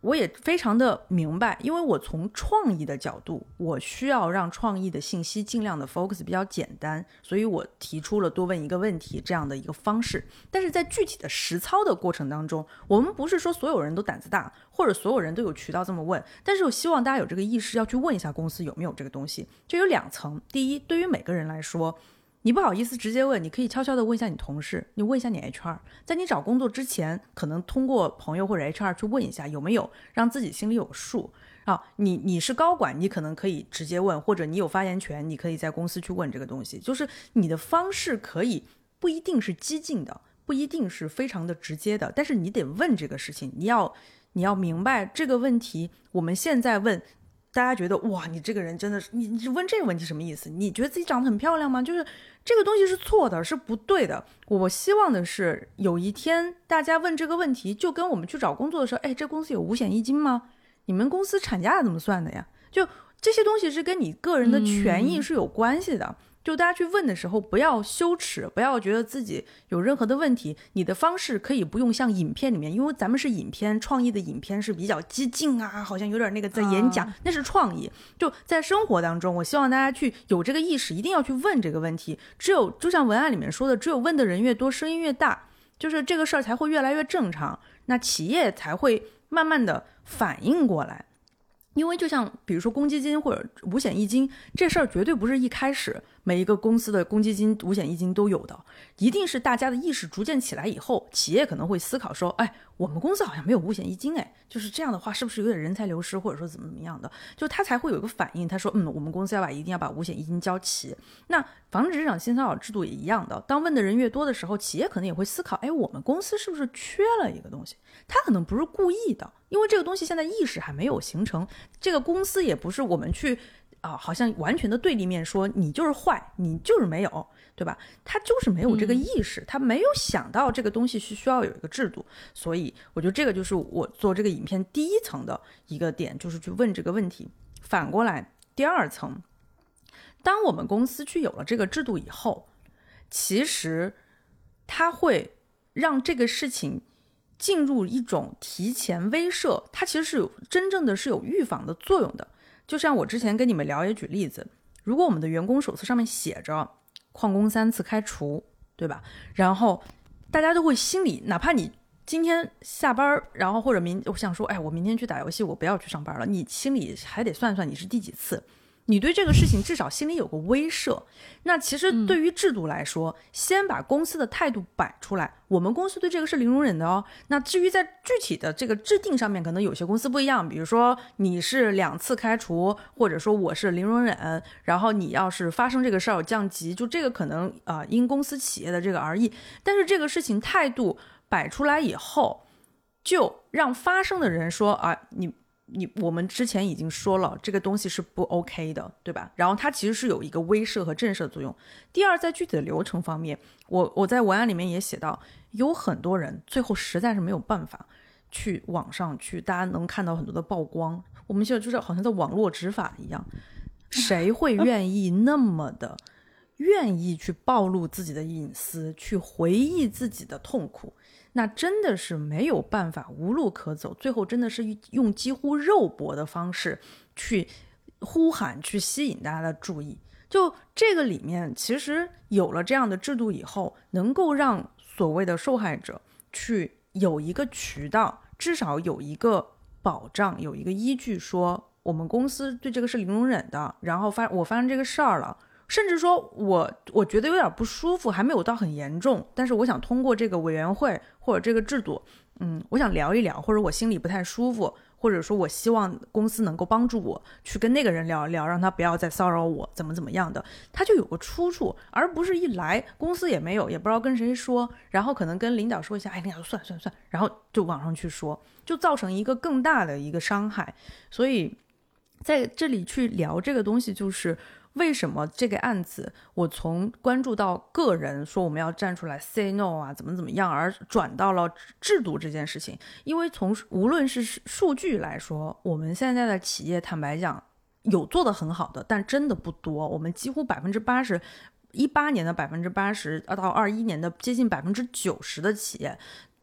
我也非常的明白，因为我从创意的角度，我需要让创意的信息尽量的 focus 比较简单，所以我提出了多问一个问题这样的一个方式。但是在具体的实操的过程当中，我们不是说所有人都胆子大，或者所有人都有渠道这么问，但是我希望大家有这个意识，要去问一下公司有没有这个东西。就有2层，第一，对于每个人来说，你不好意思直接问，你可以悄悄的问一下你同事，你问一下你 HR， 在你找工作之前，可能通过朋友或者 HR 去问一下有没有，让自己心里有数啊。你是高管，你可能可以直接问，或者你有发言权，你可以在公司去问这个东西。就是你的方式可以不一定是激进的，不一定是非常的直接的，但是你得问这个事情，你要明白这个问题，我们现在问。大家觉得哇，你这个人真的是你问这个问题什么意思？你觉得自己长得很漂亮吗？就是这个东西是错的，是不对的。我希望的是有一天大家问这个问题，就跟我们去找工作的时候，哎，这公司有五险一金吗？你们公司产假怎么算的呀？就这些东西是跟你个人的权益是有关系的。就大家去问的时候不要羞耻，不要觉得自己有任何的问题，你的方式可以不用像影片里面，因为咱们是影片，创意的影片是比较激进啊，好像有点那个在演讲，那是创意。就在生活当中，我希望大家去有这个意识，一定要去问这个问题，只有就像文案里面说的，只有问的人越多，声音越大，就是这个事儿才会越来越正常，那企业才会慢慢的反应过来。因为就像比如说公积金或者五险一金这事儿，绝对不是一开始每一个公司的公积金五险一金都有的，一定是大家的意识逐渐起来以后，企业可能会思考说，哎，我们公司好像没有五险一金，哎，就是这样的话是不是有点人才流失，或者说怎么样的，就他才会有一个反应，他说我们公司一定要把五险一金交齐。那防止职场性骚扰制度也一样的，当问的人越多的时候，企业可能也会思考，哎，我们公司是不是缺了一个东西，他可能不是故意的，因为这个东西现在意识还没有形成，这个公司也不是我们去好像完全的对立面说你就是坏，你就是没有，对吧？他就是没有这个意识，他没有想到这个东西是需要有一个制度。所以我觉得这个就是我做这个影片第一层的一个点，就是去问这个问题。反过来第二层，当我们公司去有了这个制度以后，其实它会让这个事情进入一种提前威慑，它其实是真正的是有预防的作用的。就像我之前跟你们聊也举例子，如果我们的员工手册上面写着旷工3次开除，对吧？然后大家都会心里，哪怕你今天下班，然后或者我想说，哎，我明天去打游戏，我不要去上班了，你心里还得算算你是第几次，你对这个事情至少心里有个威慑。那其实对于制度来说，先把公司的态度摆出来，我们公司对这个是零容忍的哦。那至于在具体的这个制定上面，可能有些公司不一样，比如说你是2次开除，或者说我是零容忍，然后你要是发生这个事儿降级，就这个可能因公司企业的这个而异。但是这个事情态度摆出来以后，就让发生的人说我们之前已经说了这个东西是不 OK 的，对吧？然后它其实是有一个威慑和震慑作用。第二，在具体的流程方面，我在文案里面也写到，有很多人最后实在是没有办法去网上去，大家能看到很多的曝光，我们现在就是好像在网络执法一样，谁会愿意那么的愿意去暴露自己的隐私，去回忆自己的痛苦？那真的是没有办法，无路可走，最后真的是用几乎肉搏的方式去呼喊，去吸引大家的注意。就这个里面其实有了这样的制度以后，能够让所谓的受害者去有一个渠道，至少有一个保障，有一个依据，说我们公司对这个是零容忍的，然后我发生这个事儿了，甚至说我觉得有点不舒服，还没有到很严重，但是我想通过这个委员会或者这个制度，我想聊一聊，或者我心里不太舒服，或者说我希望公司能够帮助我去跟那个人聊一聊，让他不要再骚扰我，怎么样的，他就有个出处，而不是一来公司也没有，也不知道跟谁说，然后可能跟领导说一下，哎，领导说算，然后就往上去说，就造成一个更大的一个伤害。所以在这里去聊这个东西，就是为什么这个案子我从关注到个人说我们要站出来 say no 啊，怎么样，而转到了制度这件事情。因为从无论是数据来说，我们现在的企业坦白讲有做得很好的，但真的不多。我们几乎80%，18年的80%到21年的接近90%的企业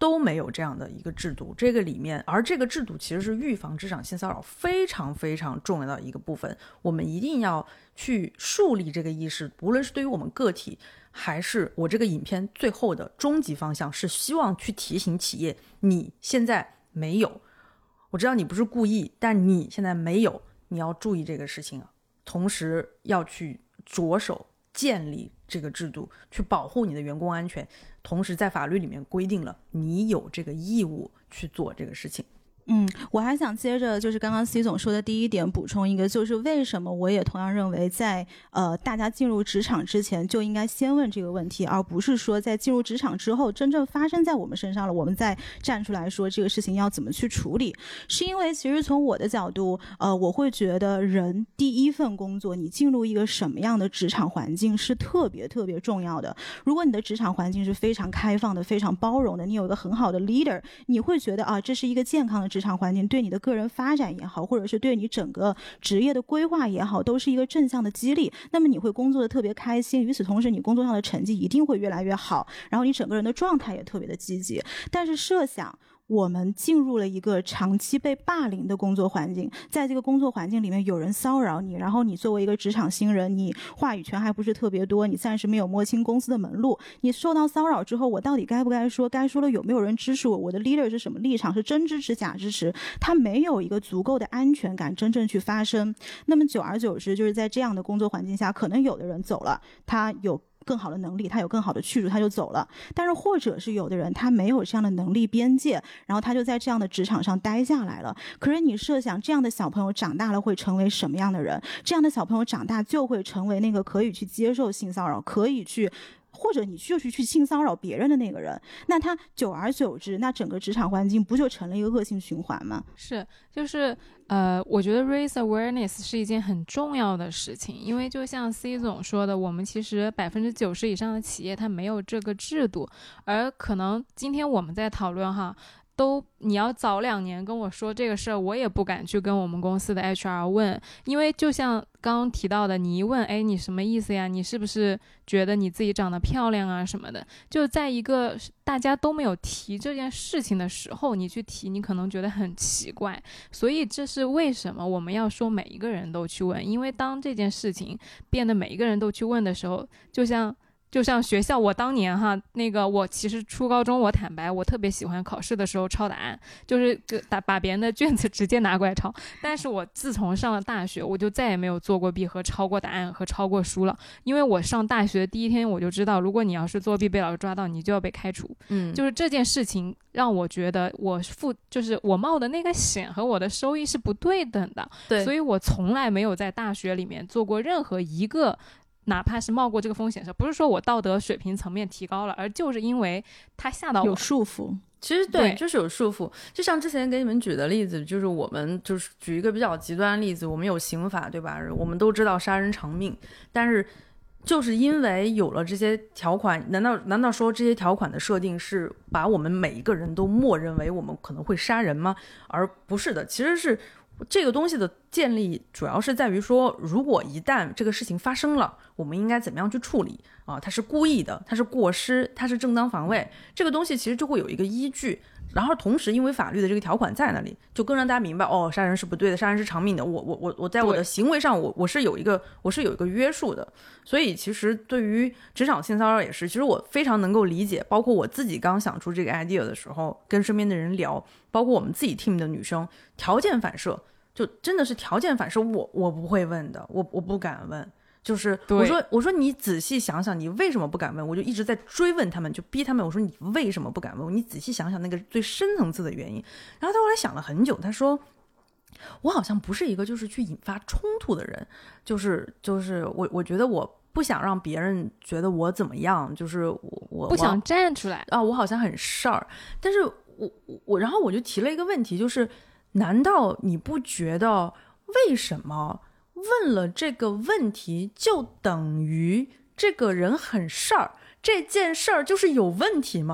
都没有这样的一个制度，这个里面，而这个制度其实是预防职场性骚扰非常非常重要的一个部分，我们一定要去树立这个意识，无论是对于我们个体，还是我这个影片最后的终极方向是希望去提醒企业，你现在没有，我知道你不是故意，但你现在没有，你要注意这个事情啊，同时要去着手建立这个制度，去保护你的员工安全，同时在法律里面规定了你有这个义务去做这个事情。 我还想接着就是刚刚 C 总说的第一点补充一个，就是为什么我也同样认为在大家进入职场之前就应该先问这个问题，而不是说在进入职场之后真正发生在我们身上了，我们再站出来说这个事情要怎么去处理。是因为其实从我的角度，我会觉得人第一份工作你进入一个什么样的职场环境是特别特别重要的。如果你的职场环境是非常开放的、非常包容的，你有一个很好的 leader， 你会觉得这是一个健康的职场环境，对你的个人发展也好，或者是对你整个职业的规划也好，都是一个正向的激励。那么你会工作的特别开心，与此同时你工作上的成绩一定会越来越好，然后你整个人的状态也特别的积极。但是设想我们进入了一个长期被霸凌的工作环境，在这个工作环境里面有人骚扰你，然后你作为一个职场新人，你话语权还不是特别多，你暂时没有摸清公司的门路，你受到骚扰之后，我到底该不该说，该说了有没有人支持我，我的 leader 是什么立场，是真支持假支持，他没有一个足够的安全感真正去发声。那么久而久之，就是在这样的工作环境下，可能有的人走了，他有更好的能力，他有更好的去处，他就走了。但是或者是有的人他没有这样的能力边界，然后他就在这样的职场上待下来了。可是你设想这样的小朋友长大了会成为什么样的人？这样的小朋友长大就会成为那个可以去接受性骚扰，可以去或者你就是去性骚扰别人的那个人，那他久而久之，那整个职场环境不就成了一个恶性循环吗？ 是，就是我觉得 raise awareness 是一件很重要的事情，因为就像 C 总说的，我们其实90%以上的企业它没有这个制度，而可能今天我们在讨论哈，你要早2年跟我说这个事儿，我也不敢去跟我们公司的 HR 问，因为就像刚刚提到的，你一问，你什么意思呀？你是不是觉得你自己长得漂亮啊什么的？就在一个大家都没有提这件事情的时候，你去提，你可能觉得很奇怪。所以这是为什么我们要说每一个人都去问，因为当这件事情变得每一个人都去问的时候，就像学校，我当年哈，我其实初高中，我坦白，我特别喜欢考试的时候抄答案，就是把别人的卷子直接拿过来抄。但是我自从上了大学，我就再也没有作过弊和抄过答案和抄过书了，因为我上大学的第一天我就知道，如果你要是作弊被老师抓到，你就要被开除。就是这件事情让我觉得就是我冒的那个险和我的收益是不对等的， 对， 所以我从来没有在大学里面做过任何一个。哪怕是冒过这个风险的时候，不是说我道德水平层面提高了，而就是因为他吓到我有束缚。 其实对，就是有束缚。就像之前给你们举的例子，就是我们就是举一个比较极端的例子，我们有刑法，对吧？我们都知道杀人偿命，但是就是因为有了这些条款，难道说这些条款的设定是把我们每一个人都默认为我们可能会杀人吗？而不是的，其实是这个东西的建立主要是在于说，如果一旦这个事情发生了，我们应该怎么样去处理啊？他是故意的，他是过失，他是正当防卫，这个东西其实就会有一个依据。然后同时因为法律的这个条款在那里，就更让大家明白，杀人是不对的，杀人是偿命的，我在我的行为上我是有一个约束的。所以其实对于职场性骚扰也是，其实我非常能够理解，包括我自己刚想出这个 idea 的时候，跟身边的人聊，包括我们自己 team 的女生，条件反射，就真的是条件反射，我不会问的，我不敢问。就是我说你仔细想想，你为什么不敢问？我就一直在追问他们，就逼他们，我说你为什么不敢问？你仔细想想那个最深层次的原因。然后他后来想了很久，他说我好像不是一个就是去引发冲突的人，就是我觉得我不想让别人觉得我怎么样，就是我不想站出来啊，我好像很事儿。但是然后我就提了一个问题，就是难道你不觉得为什么问了这个问题就等于这个人很事儿，这件事儿就是有问题吗？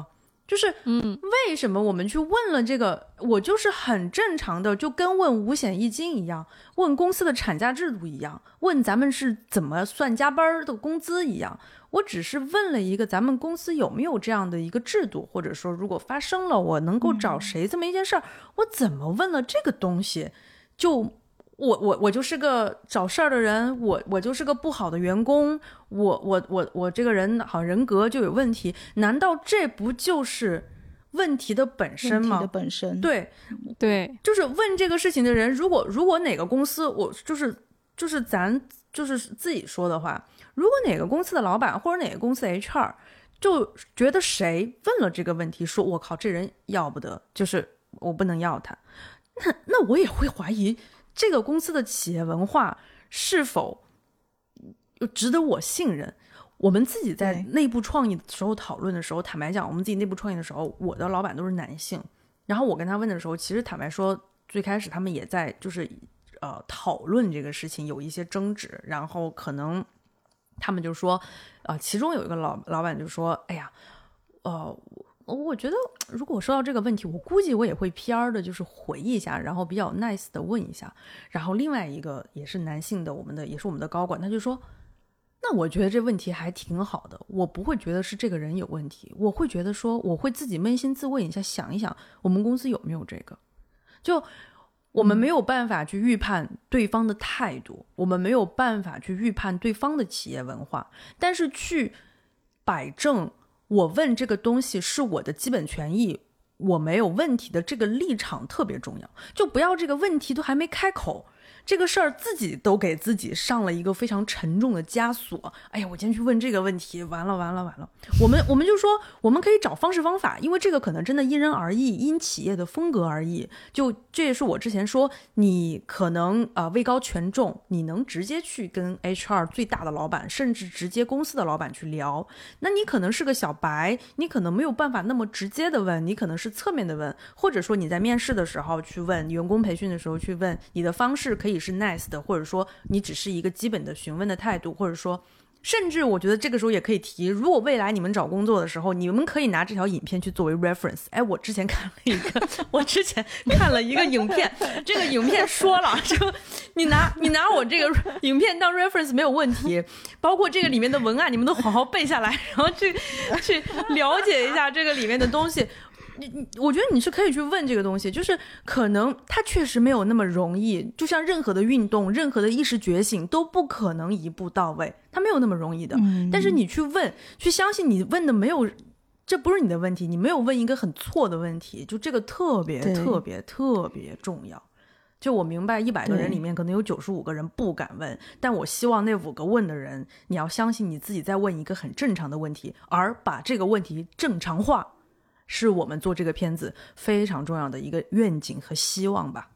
就是为什么我们去问了这个，我就是很正常的，就跟问五险一金一样，问公司的产假制度一样，问咱们是怎么算加班的工资一样，我只是问了一个咱们公司有没有这样的一个制度，或者说如果发生了我能够找谁这么一件事儿，我怎么问了这个东西，就我就是个找事儿的人，我就是个不好的员工，我这个人好像人格就有问题，难道这不就是问题的本身吗？ 问题的本身， 对对， 就是问这个事情的人，如果哪个公司，我就是咱就是自己说的话，如果哪个公司的老板或者哪个公司的 HR 就觉得谁问了这个问题，说我靠这人要不得，就是我不能要他，那我也会怀疑这个公司的企业文化是否值得我信任。我们自己在内部创意的时候讨论的时候，坦白讲，我们自己内部创意的时候，我的老板都是男性，然后我跟他问的时候，其实坦白说，最开始他们也在就是讨论这个事情，有一些争执，然后可能他们就说其中有一个老板就说，哎呀我觉得如果我说到这个问题，我估计我也会 PR 的就是回一下，然后比较 nice 的问一下。然后另外一个也是男性的，也是我们的高管，他就说，那我觉得这问题还挺好的，我不会觉得是这个人有问题，我会觉得说我会自己扪心自问一下，想一想我们公司有没有这个。就我们没有办法去预判对方的态度，我们没有办法去预判对方的企业文化，但是去摆正我问这个东西是我的基本权益，我没有问题的这个立场特别重要。就不要这个问题都还没开口，这个事儿自己都给自己上了一个非常沉重的枷锁。哎呀，我今天去问这个问题，完了。我们就说我们可以找方式方法，因为这个可能真的因人而异，因企业的风格而异。就这也是我之前说，你可能位高权重，你能直接去跟 HR 最大的老板，甚至直接公司的老板去聊。那你可能是个小白，你可能没有办法那么直接的问，你可能是侧面的问，或者说你在面试的时候去问，员工培训的时候去问，你的方式可以是 nice 的，或者说你只是一个基本的询问的态度，或者说甚至我觉得这个时候也可以提，如果未来你们找工作的时候，你们可以拿这条影片去作为 reference。 我之前看了一个影片，这个影片说了，就你拿我这个影片当 reference 没有问题，包括这个里面的文案你们都好好背下来，然后去了解一下这个里面的东西。我觉得你是可以去问这个东西，就是可能它确实没有那么容易，就像任何的运动，任何的意识觉醒都不可能一步到位，它没有那么容易的。但是你去问，去相信你问的没有，这不是你的问题，你没有问一个很错的问题，就这个特别重要。就我明白100个人里面可能有95个人不敢问，但我希望那5个问的人，你要相信你自己在问一个很正常的问题，而把这个问题正常化，是我们做这个片子非常重要的一个愿景和希望吧。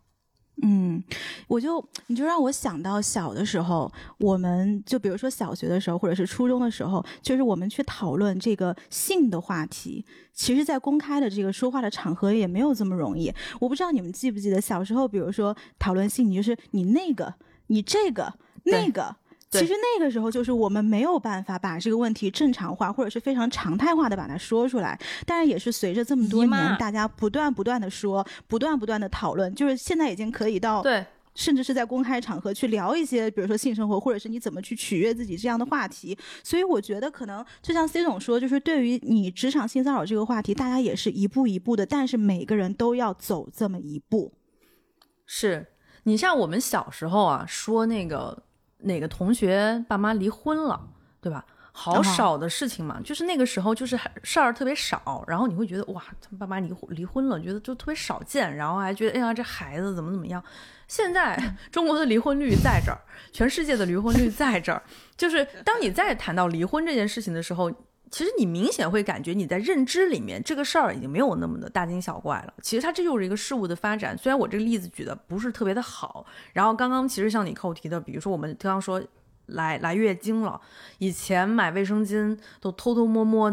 你就让我想到小的时候，我们就比如说小学的时候或者是初中的时候，就是我们去讨论这个性的话题，其实在公开的这个说话的场合也没有这么容易。我不知道你们记不记得小时候，比如说讨论性，你就是你那个你这个那个，其实那个时候就是我们没有办法把这个问题正常化或者是非常常态化的把它说出来，但是也是随着这么多年大家不断的说，不断的讨论，就是现在已经可以到对， 甚至是在公开场合去聊一些比如说性生活或者是你怎么去取悦自己这样的话题。所以我觉得可能就像 C 总说，就是对于你职场性骚扰这个话题，大家也是一步一步的，但是每个人都要走这么一步。 是你像我们小时候啊，说那个哪个同学爸妈离婚了，对吧？好少的事情嘛，就是那个时候就是事儿特别少，然后你会觉得哇，他们爸妈离婚了，觉得就特别少见，然后还觉得哎呀这孩子怎么样。现在中国的离婚率在这儿，全世界的离婚率在这儿，就是当你再谈到离婚这件事情的时候，其实你明显会感觉你在认知里面这个事儿已经没有那么的大惊小怪了。其实它这就是一个事物的发展，虽然我这个例子举的不是特别的好，然后刚刚其实像你扣题的，比如说我们刚刚说来月经了，以前买卫生巾都偷偷摸摸的，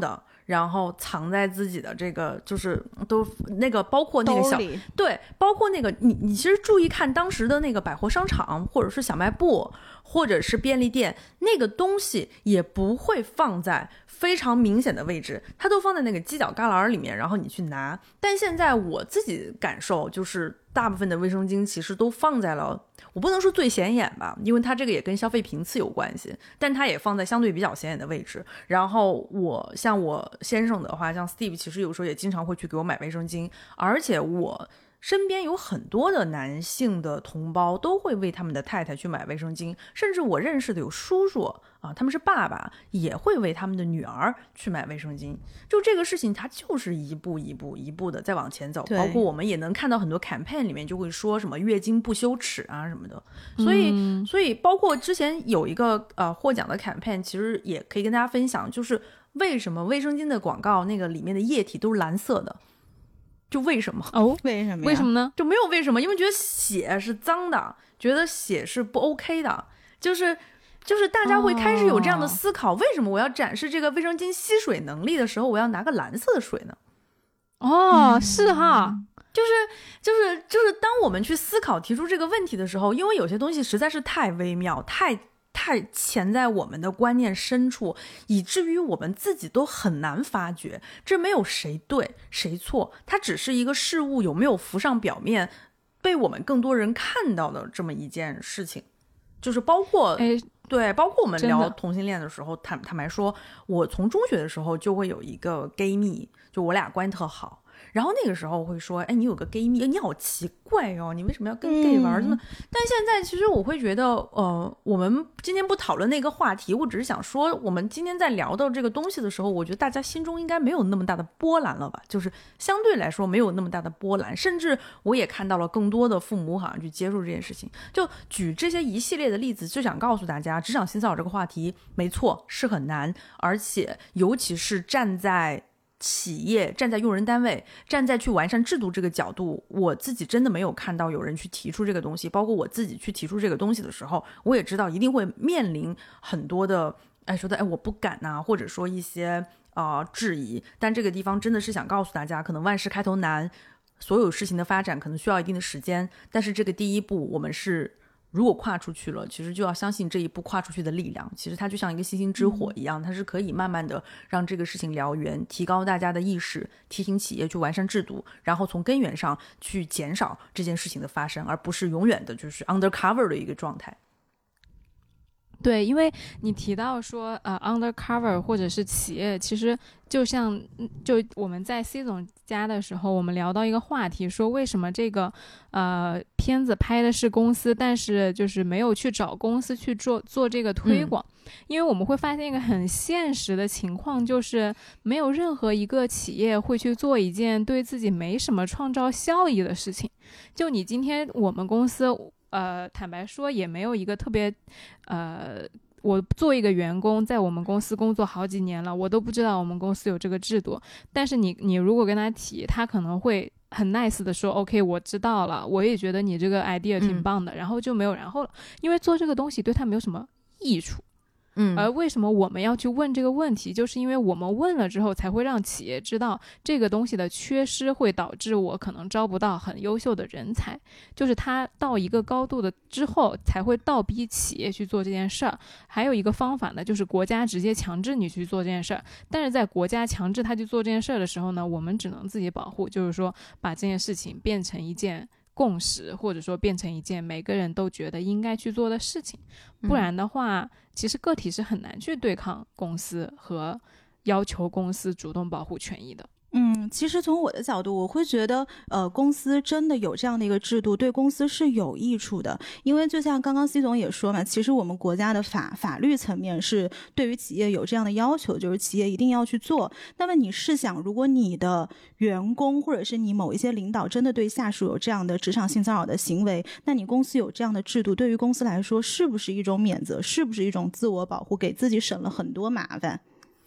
然后藏在自己的这个就是都那个包括那个小对，包括那个你其实注意看当时的那个百货商场或者是小卖部或者是便利店，那个东西也不会放在非常明显的位置，它都放在那个犄角旮旯里面，然后你去拿。但现在我自己感受就是大部分的卫生巾其实都放在了，我不能说最显眼吧，因为它这个也跟消费频次有关系，但它也放在相对比较显眼的位置。然后像我先生的话，像 Steve 其实有时候也经常会去给我买卫生巾，而且我身边有很多的男性的同胞都会为他们的太太去买卫生巾，甚至我认识的有叔叔啊，他们是爸爸，也会为他们的女儿去买卫生巾。就这个事情它就是一步一步的在往前走，包括我们也能看到很多 campaign 里面就会说什么月经不羞耻啊什么的。所以包括之前有一个获奖的 campaign 其实也可以跟大家分享，就是为什么卫生巾的广告那个里面的液体都是蓝色的，就为什么为什么呢？ 就没有为什么，因为觉得血是脏的，觉得血是不 OK 的，就是大家会开始有这样的思考，为什么我要展示这个卫生巾吸水能力的时候，我要拿个蓝色的水呢？ 是哈， 就是当我们去思考提出这个问题的时候，因为有些东西实在是太微妙，太潜在我们的观念深处，以至于我们自己都很难发觉，这没有谁对谁错，它只是一个事物有没有浮上表面，被我们更多人看到的这么一件事情。就是包括包括我们聊同性恋的时候，坦白说，我从中学的时候就会有一个 gay 蜜，就我俩关系特好。然后那个时候会说，你有个 gay 蜜，你好奇怪哦，你为什么要跟 gay 玩？但现在其实我会觉得，我们今天不讨论那个话题，我只是想说，我们今天在聊到这个东西的时候，我觉得大家心中应该没有那么大的波澜了吧？就是相对来说没有那么大的波澜，甚至我也看到了更多的父母好像去接受这件事情。就举这些一系列的例子，就想告诉大家，职场性骚扰这个话题，没错是很难，而且尤其是站在企业，站在用人单位，站在去完善制度这个角度，我自己真的没有看到有人去提出这个东西。包括我自己去提出这个东西的时候，我也知道一定会面临很多的说的我不敢呐，或者说一些质疑。但这个地方真的是想告诉大家，可能万事开头难，所有事情的发展可能需要一定的时间，但是这个第一步我们是如果跨出去了，其实就要相信这一步跨出去的力量，其实它就像一个星星之火一样，它是可以慢慢的让这个事情燎原，提高大家的意识，提醒企业去完善制度，然后从根源上去减少这件事情的发生，而不是永远的就是 undercover 的一个状态。 对，因为你提到说undercover 或者是企业，其实就我们在 C 总家的时候，我们聊到一个话题，说为什么这个片子拍的是公司，但是就是没有去找公司去做这个推广。因为我们会发现一个很现实的情况，就是没有任何一个企业会去做一件对自己没什么创造效益的事情。就你今天我们公司坦白说也没有一个特别我作为一个员工在我们公司工作好几年了，我都不知道我们公司有这个制度。但是你如果跟他提，他可能会很 nice 的说 OK 我知道了，我也觉得你这个 idea 挺棒的，然后就没有然后了，因为做这个东西对他没有什么益处。而为什么我们要去问这个问题，就是因为我们问了之后才会让企业知道这个东西的缺失会导致我可能招不到很优秀的人才，就是它到一个高度的之后才会倒逼企业去做这件事儿。还有一个方法呢，就是国家直接强制你去做这件事儿，但是在国家强制他去做这件事儿的时候呢，我们只能自己保护，就是说把这件事情变成一件共识，或者说变成一件每个人都觉得应该去做的事情。不然的话，其实个体是很难去对抗公司和要求公司主动保护权益的。 其实从我的角度，我会觉得公司真的有这样的一个制度对公司是有益处的。因为就像刚刚 C 总也说嘛，其实我们国家的法律层面是对于企业有这样的要求，就是企业一定要去做。那么你试想，如果你的员工或者是你某一些领导真的对下属有这样的职场性骚扰的行为，那你公司有这样的制度，对于公司来说是不是一种免责，是不是一种自我保护，给自己省了很多麻烦？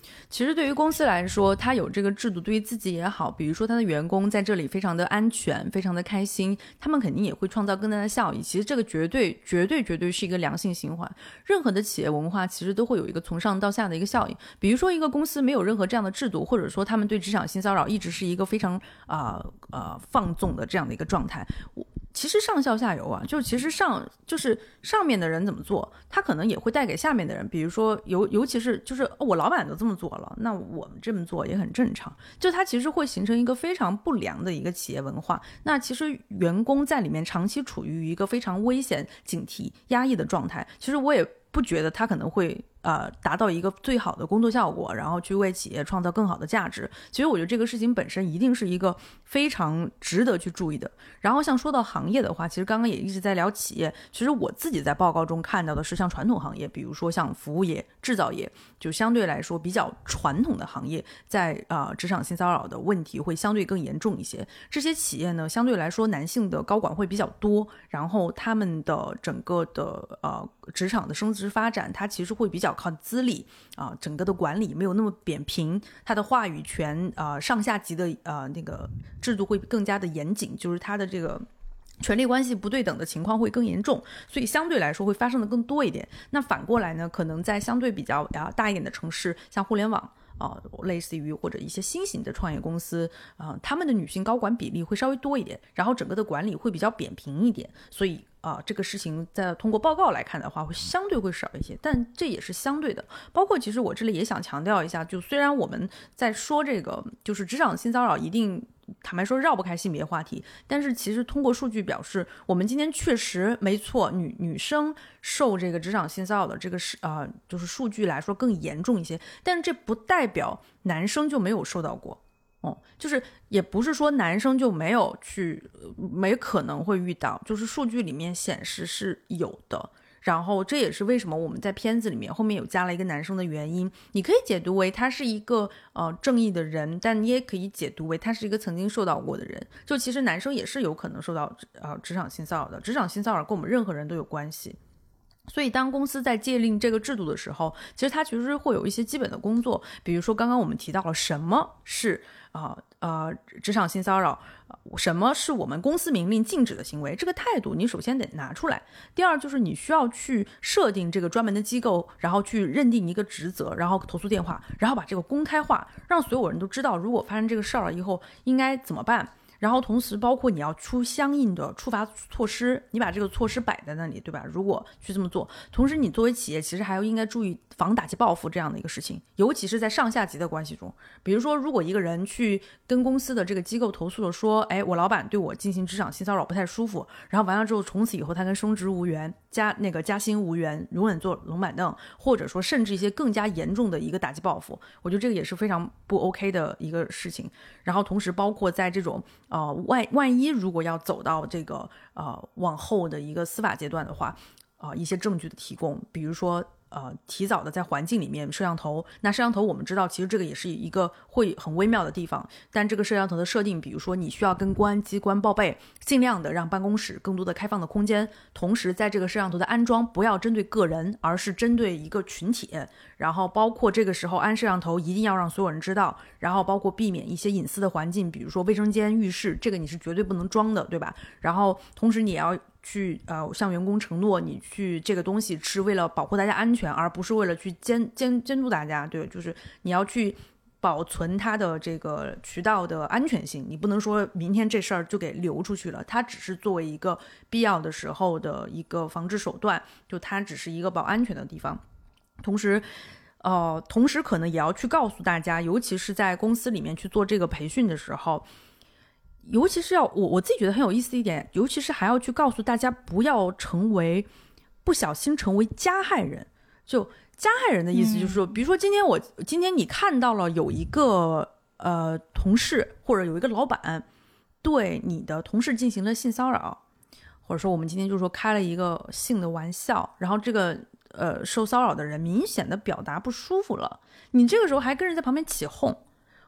其实对于公司来说，它有这个制度，对于自己也好，比如说他的员工在这里非常的安全，非常的开心，他们肯定也会创造更大的效益。其实这个绝对是一个良性循环。任何的企业文化其实都会有一个从上到下的一个效应。比如说一个公司没有任何这样的制度，或者说他们对职场性骚扰一直是一个非常放纵的这样的一个状态，其实上效下游啊，就是上面的人怎么做，他可能也会带给下面的人。比如说尤其是我老板都这么做了，那我们这么做也很正常。就它其实会形成一个非常不良的一个企业文化。那其实员工在里面长期处于一个非常危险、警惕、压抑的状态。其实我也不觉得他可能会达到一个最好的工作效果，然后去为企业创造更好的价值。其实我觉得这个事情本身一定是一个非常值得去注意的。然后像说到行业的话，其实刚刚也一直在聊企业，其实我自己在报告中看到的是像传统行业，比如说像服务业、制造业，就相对来说比较传统的行业，在职场性骚扰的问题会相对更严重一些。这些企业呢，相对来说男性的高管会比较多，然后他们的整个的职场的升职发展，它其实会比较靠资历整个的管理没有那么扁平，它的话语权上下级的那个制度会更加的严谨，就是它的这个权力关系不对等的情况会更严重，所以相对来说会发生的更多一点。那反过来呢，可能在相对比较大一点的城市，像互联网类似于或者一些新型的创业公司他们的女性高管比例会稍微多一点，然后整个的管理会比较扁平一点，所以这个事情在通过报告来看的话会相对会少一些，但这也是相对的。包括其实我这里也想强调一下，就虽然我们在说这个就是职场性骚扰一定坦白说绕不开性别话题，但是其实通过数据表示，我们今天确实没错，女生受这个职场性骚扰的这个就是数据来说更严重一些，但是这不代表男生就没有受到过。就是也不是说男生就没可能会遇到，就是数据里面显示是有的。然后这也是为什么我们在片子里面后面有加了一个男生的原因。你可以解读为他是一个正义的人，但你也可以解读为他是一个曾经受到过的人。就其实男生也是有可能受到职场性骚扰的，职场性骚扰跟我们任何人都有关系。所以当公司在界定这个制度的时候，其实它其实会有一些基本的工作，比如说刚刚我们提到了什么是职场性骚扰，什么是我们公司明令禁止的行为，这个态度你首先得拿出来。第二就是你需要去设定这个专门的机构，然后去认定一个职责，然后投诉电话，然后把这个公开化，让所有人都知道如果发生这个事儿了以后应该怎么办。然后同时包括你要出相应的处罚措施，你把这个措施摆在那里，对吧？如果去这么做，同时你作为企业其实还要应该注意防打击报复这样的一个事情，尤其是在上下级的关系中。比如说如果一个人去跟公司的这个机构投诉了，说我老板对我进行职场性骚扰不太舒服，然后完了之后从此以后他跟升职无缘，加薪无缘，永远坐龙板凳，或者说甚至一些更加严重的一个打击报复，我觉得这个也是非常不 OK 的一个事情。然后同时包括在这种万一如果要走到这个往后的一个司法阶段的话，一些证据的提供，比如说提早的在环境里面摄像头。那摄像头我们知道其实这个也是一个会很微妙的地方，但这个摄像头的设定，比如说你需要跟公安机关报备，尽量的让办公室更多的开放的空间，同时在这个摄像头的安装不要针对个人，而是针对一个群体。然后包括这个时候安摄像头一定要让所有人知道，然后包括避免一些隐私的环境，比如说卫生间、浴室，这个你是绝对不能装的，对吧？然后同时你也要去向员工承诺，你去这个东西是为了保护大家安全，而不是为了去监督大家，对，就是你要去保存它的这个渠道的安全性，你不能说明天这事儿就给流出去了，它只是作为一个必要的时候的一个防治手段，就它只是一个保安全的地方。同时可能也要去告诉大家，尤其是在公司里面去做这个培训的时候，尤其是我自己觉得很有意思的一点，尤其是还要去告诉大家不要不小心成为加害人。就加害人的意思就是说，比如说今天你看到了有一个同事或者有一个老板对你的同事进行了性骚扰，或者说我们今天就是说开了一个性的玩笑，然后这个受骚扰的人明显的表达不舒服了，你这个时候还跟人在旁边起哄，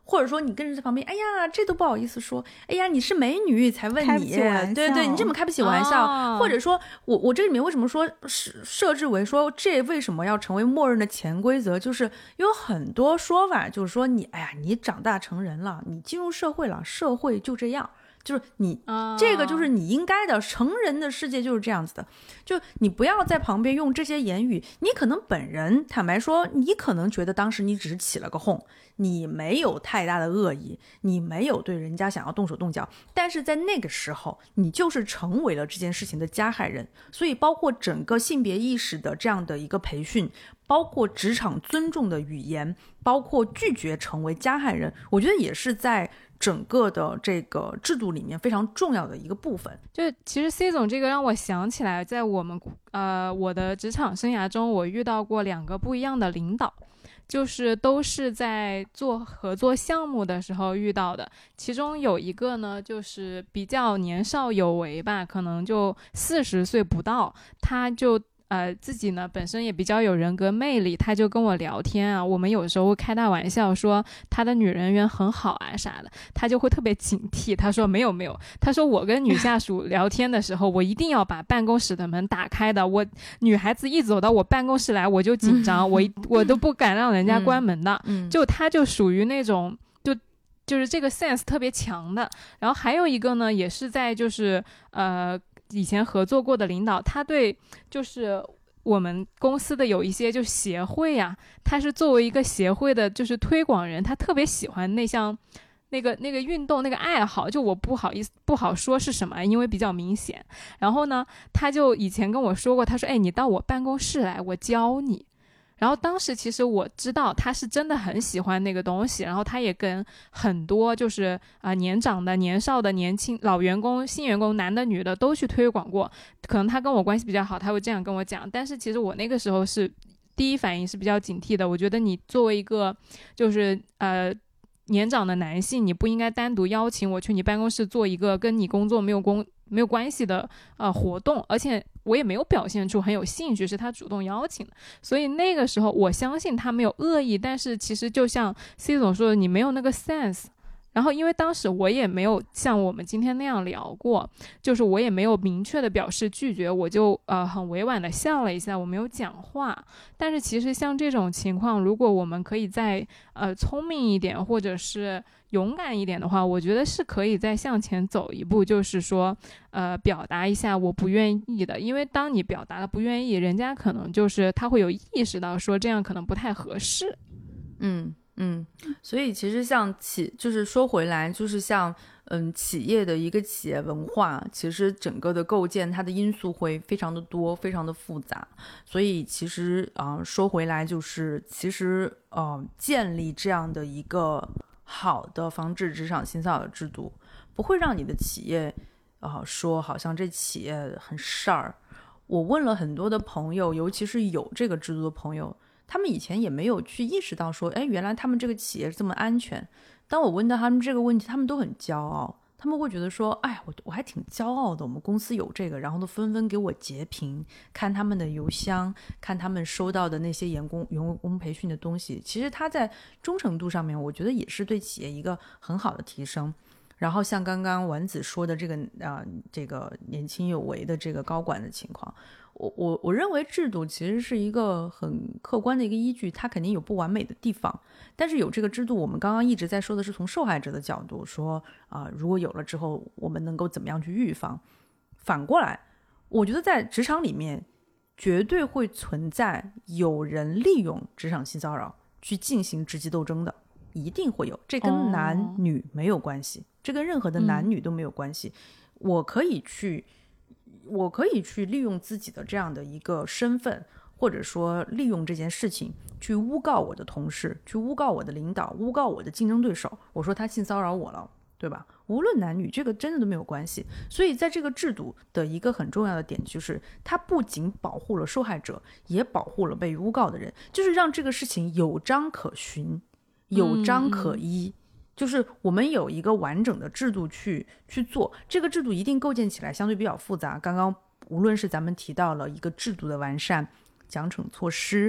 或者说你跟人在旁边，哎呀，这都不好意思说，哎呀，你是美女才问你，对对，你这么开不起玩笑，或者说我这里面为什么说设置为说这为什么要成为默认的潜规则，就是有很多说法，就是说你，哎呀，你长大成人了，你进入社会了，社会就这样。就是你这个就是你应该的，成人的世界就是这样子的，就你不要在旁边用这些言语，你可能本人坦白说，你可能觉得当时你只是起了个哄，你没有太大的恶意，你没有对人家想要动手动脚，但是在那个时候你就是成为了这件事情的加害人。所以包括整个性别意识的这样的一个培训，包括职场尊重的语言，包括拒绝成为加害人，我觉得也是在整个的这个制度里面非常重要的一个部分。 就其实 C 总这个让我想起来，在我的职场生涯中，我遇到过2个不一样的领导，就是都是在做合作项目的时候遇到的。其中有一个呢，就是比较年少有为吧，可能就40岁不到，他就自己呢本身也比较有人格魅力，他就跟我聊天啊，我们有时候会开大玩笑说他的女人缘很好啊啥的，他就会特别警惕，他说没有，他说我跟女下属聊天的时候，我一定要把办公室的门打开的，我女孩子一走到我办公室来我就紧张，我都不敢让人家关门的，就他就属于那种就是这个 sense 特别强的。然后还有一个呢，也是在就是以前合作过的领导，他对就是我们公司的有一些就协会啊，他是作为一个协会的就是推广人，他特别喜欢那项那个运动那个爱好，就我不好说是什么，因为比较明显。然后呢，他就以前跟我说过，他说你到我办公室来，我教你。然后当时其实我知道他是真的很喜欢那个东西，然后他也跟很多就是年长的、年少的、年轻老员工、新员工，男的女的都去推广过。可能他跟我关系比较好，他会这样跟我讲。但是其实我那个时候是第一反应是比较警惕的，我觉得你作为一个就是年长的男性，你不应该单独邀请我去你办公室做一个跟你工作没有关系的活动，而且我也没有表现出很有兴趣，是他主动邀请的。所以那个时候我相信他没有恶意，但是其实就像 C 总说的，你没有那个 sense。然后因为当时我也没有像我们今天那样聊过，就是我也没有明确的表示拒绝，我就很委婉的笑了一下，我没有讲话。但是其实像这种情况，如果我们可以再聪明一点，或者是勇敢一点的话，我觉得是可以再向前走一步，就是说表达一下我不愿意的。因为当你表达了不愿意，人家可能就是他会有意识到说这样可能不太合适。 所以其实像就是说回来，就是像企业的一个企业文化，其实整个的构建它的因素会非常的多，非常的复杂。所以其实说回来，就是其实建立这样的一个好的防治职场性骚扰的制度，不会让你的企业说好像这企业很事儿。我问了很多的朋友，尤其是有这个制度的朋友，他们以前也没有去意识到说，原来他们这个企业是这么安全。当我问到他们这个问题，他们都很骄傲，他们会觉得说，我还挺骄傲的，我们公司有这个，然后都纷纷给我截屏，看他们的邮箱，看他们收到的那些员工培训的东西。其实他在忠诚度上面，我觉得也是对企业一个很好的提升。然后像刚刚丸子说的这个年轻有为的这个高管的情况，我认为制度其实是一个很客观的一个依据，它肯定有不完美的地方，但是有这个制度，我们刚刚一直在说的是从受害者的角度说如果有了之后我们能够怎么样去预防。反过来我觉得在职场里面绝对会存在有人利用职场性骚扰去进行职级斗争的，一定会有，这跟男女没有关系，这跟任何的男女都没有关系。我可以去利用自己的这样的一个身份，或者说利用这件事情去诬告我的同事，去诬告我的领导，诬告我的竞争对手，我说他性骚扰我了，对吧？无论男女，这个真的都没有关系。所以在这个制度的一个很重要的点，就是它不仅保护了受害者，也保护了被诬告的人，就是让这个事情有章可循，有章可依。就是我们有一个完整的制度去做，这个制度一定构建起来相对比较复杂。刚刚无论是咱们提到了一个制度的完善、奖惩措施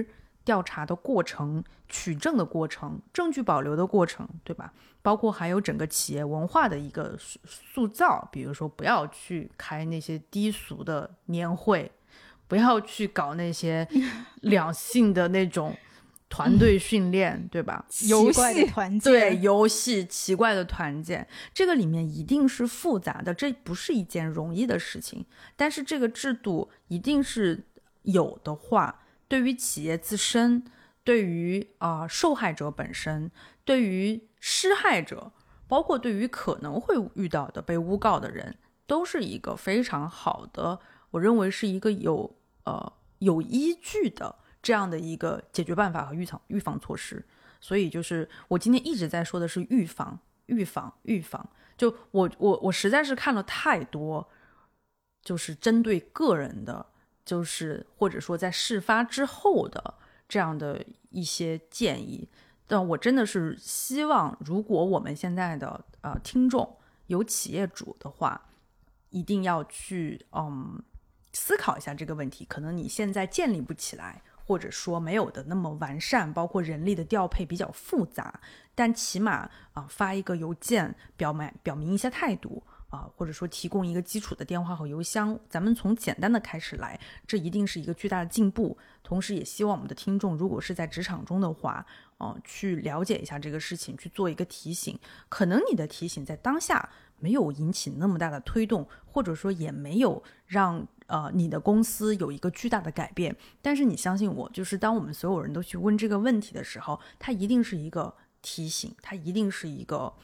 调查的过程、取证的过程、证据保留的过程，对吧？包括还有整个企业文化的一个塑造，比如说不要去开那些低俗的年会，不要去搞那些两性的那种团队训练，对吧？ 游戏团建， 对，游戏奇怪的团建，这个里面一定是复杂的，这不是一件容易的事情。但是这个制度一定是有的话，对于企业自身，对于受害者本身，对于施害者，包括对于可能会遇到的被诬告的人，都是一个非常好的，我认为是一个有依据的这样的一个解决办法和预防措施。所以就是我今天一直在说的是预防。就我实在是看了太多，就是针对个人的，就是或者说在事发之后的这样的一些建议。但我真的是希望，如果我们现在的听众有企业主的话，一定要去思考一下这个问题。可能你现在建立不起来，或者说没有的那么完善，包括人力的调配比较复杂，但起码发一个邮件表明一下态度或者说提供一个基础的电话和邮箱，咱们从简单的开始来，这一定是一个巨大的进步。同时也希望我们的听众如果是在职场中的话去了解一下这个事情，去做一个提醒。可能你的提醒在当下没有引起那么大的推动，或者说也没有让你的公司有一个巨大的改变，但是你相信我，就是当我们所有人都去问这个问题的时候，它一定是一个提醒，它一定是一个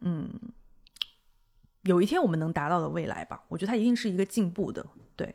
有一天我们能达到的未来吧。我觉得它一定是一个进步的。对，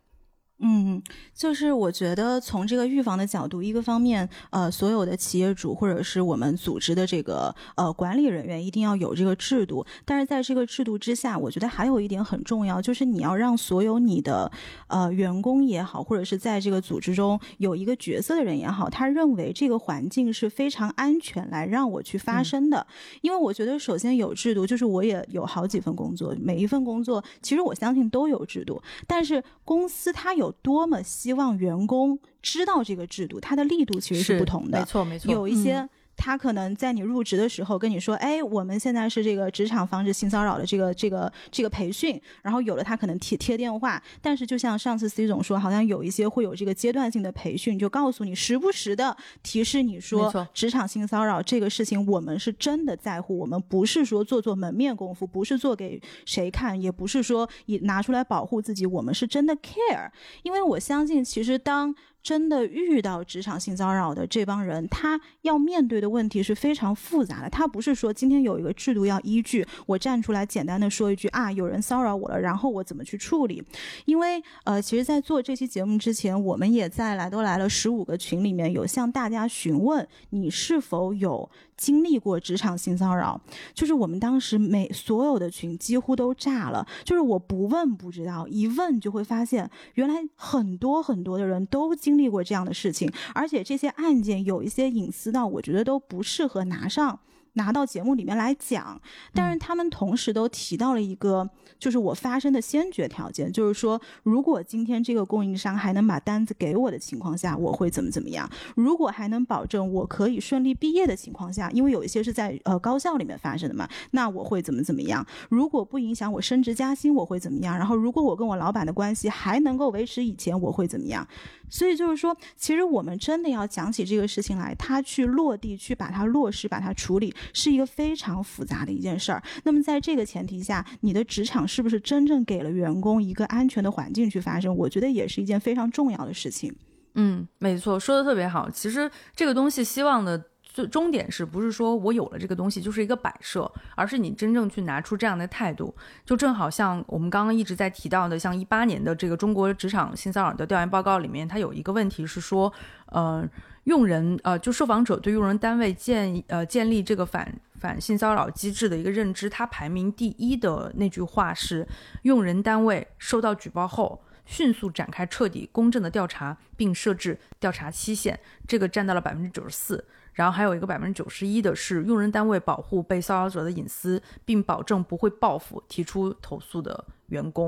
就是我觉得从这个预防的角度，一个方面所有的企业主或者是我们组织的这个管理人员一定要有这个制度，但是在这个制度之下，我觉得还有一点很重要，就是你要让所有你的员工也好，或者是在这个组织中有一个角色的人也好，他认为这个环境是非常安全来让我去发声的。因为我觉得首先有制度，就是我也有好几份工作，每一份工作其实我相信都有制度，但是公司它有多么希望员工知道这个制度，它的力度其实是不同的。 没错没错， 有一些他可能在你入职的时候跟你说，我们现在是这个职场防止性骚扰的这个培训，然后有了他可能贴电话，但是就像上次 C 总说，好像有一些会有这个阶段性的培训，就告诉你时不时的提示你说，职场性骚扰这个事情我们是真的在乎，我们不是说做门面功夫，不是做给谁看，也不是说拿出来保护自己，我们是真的 care。 因为我相信其实当真的遇到职场性骚扰的这帮人，他要面对的问题是非常复杂的。他不是说今天有一个制度要依据，我站出来简单的说一句有人骚扰我了，然后我怎么去处理。因为其实在做这期节目之前，我们也在来都来了15个群里面有向大家询问你是否有经历过职场性骚扰，就是我们当时所有的群几乎都炸了，就是我不问不知道，一问就会发现原来很多很多的人都经历过这样的事情，而且这些案件有一些隐私到我觉得都不适合拿到节目里面来讲。但是他们同时都提到了一个就是我发声的先决条件，就是说如果今天这个供应商还能把单子给我的情况下，我会怎么样，如果还能保证我可以顺利毕业的情况下，因为有一些是在高校里面发生的嘛，那我会怎么样，如果不影响我升职加薪我会怎么样，然后如果我跟我老板的关系还能够维持以前我会怎么样。所以就是说其实我们真的要讲起这个事情来，它去落地去把它落实把它处理是一个非常复杂的一件事儿。那么在这个前提下，你的职场是不是真正给了员工一个安全的环境去发生，我觉得也是一件非常重要的事情。 没错，说的特别好。其实这个东西希望的终点是不是说我有了这个东西就是一个摆设，而是你真正去拿出这样的态度。就正好像我们刚刚一直在提到的，像18年的这个中国职场性骚扰的调研报告里面，它有一个问题是说用人就受访者对用人单位建立这个反性骚扰机制的一个认知，它排名第1的那句话是用人单位收到举报后迅速展开彻底公正的调查并设置调查期限，这个占到了94%。然后还有一个91%的是用人单位保护被骚扰者的隐私并保证不会报复提出投诉的员工。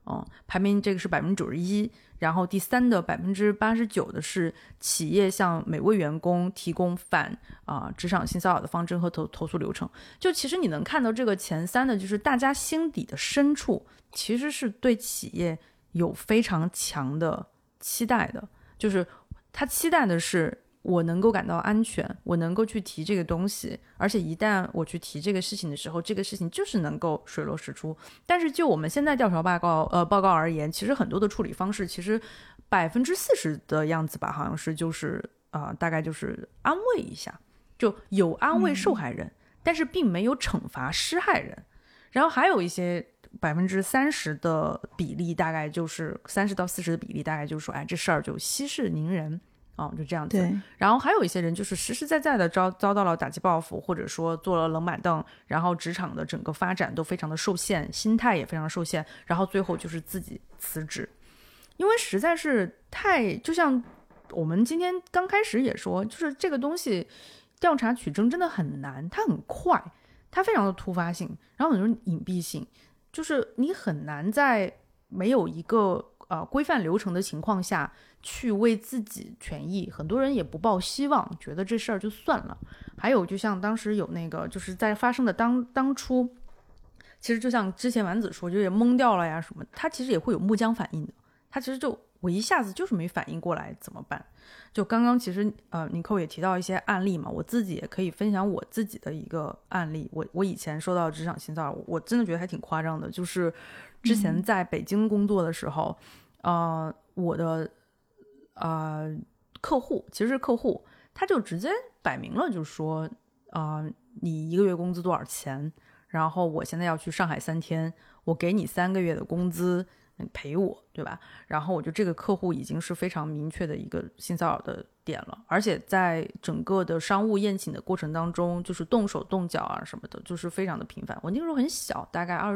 排名这个是91%，然后第3的89%的是企业向每位员工提供反职场性骚扰的方针和投诉流程。就其实你能看到这个前3的，就是大家心底的深处其实是对企业有非常强的期待的，就是他期待的是我能够感到安全，我能够去提这个东西，而且一旦我去提这个事情的时候，这个事情就是能够水落石出。但是就我们现在调查报告而言，其实很多的处理方式其实40%的样子吧，好像是就是大概就是安慰一下，就有安慰受害人，但是并没有惩罚施害人。然后还有一些30%的比例，大概就是30到40的比例，大概就是说，哎，这事儿就息事宁人。就这样子。然后还有一些人就是实实在在的遭到了打击报复，或者说坐了冷板凳，然后职场的整个发展都非常的受限，心态也非常受限，然后最后就是自己辞职。因为实在是就像我们今天刚开始也说，就是这个东西调查取证真的很难，它很快，它非常的突发性，然后很多隐蔽性，就是你很难在没有一个规范流程的情况下去为自己权益，很多人也不抱希望，觉得这事儿就算了。还有就像当时有那个就是在发生的当初，其实就像之前丸子说，就也懵掉了呀什么，他其实也会有木僵反应的，他其实就我一下子就是没反应过来怎么办。就刚刚其实尼寇也提到一些案例嘛，我自己也可以分享我自己的一个案例。我以前受到职场性骚扰，我真的觉得还挺夸张的，就是之前在北京工作的时候，我的客户其实是客户，他就直接摆明了就说你1个月工资多少钱，然后我现在要去上海3天，我给你3个月的工资，你赔我，对吧？然后我觉得这个客户已经是非常明确的一个性骚扰的点了，而且在整个的商务宴请的过程当中，就是动手动脚啊什么的，就是非常的频繁。我那个时候很小，大概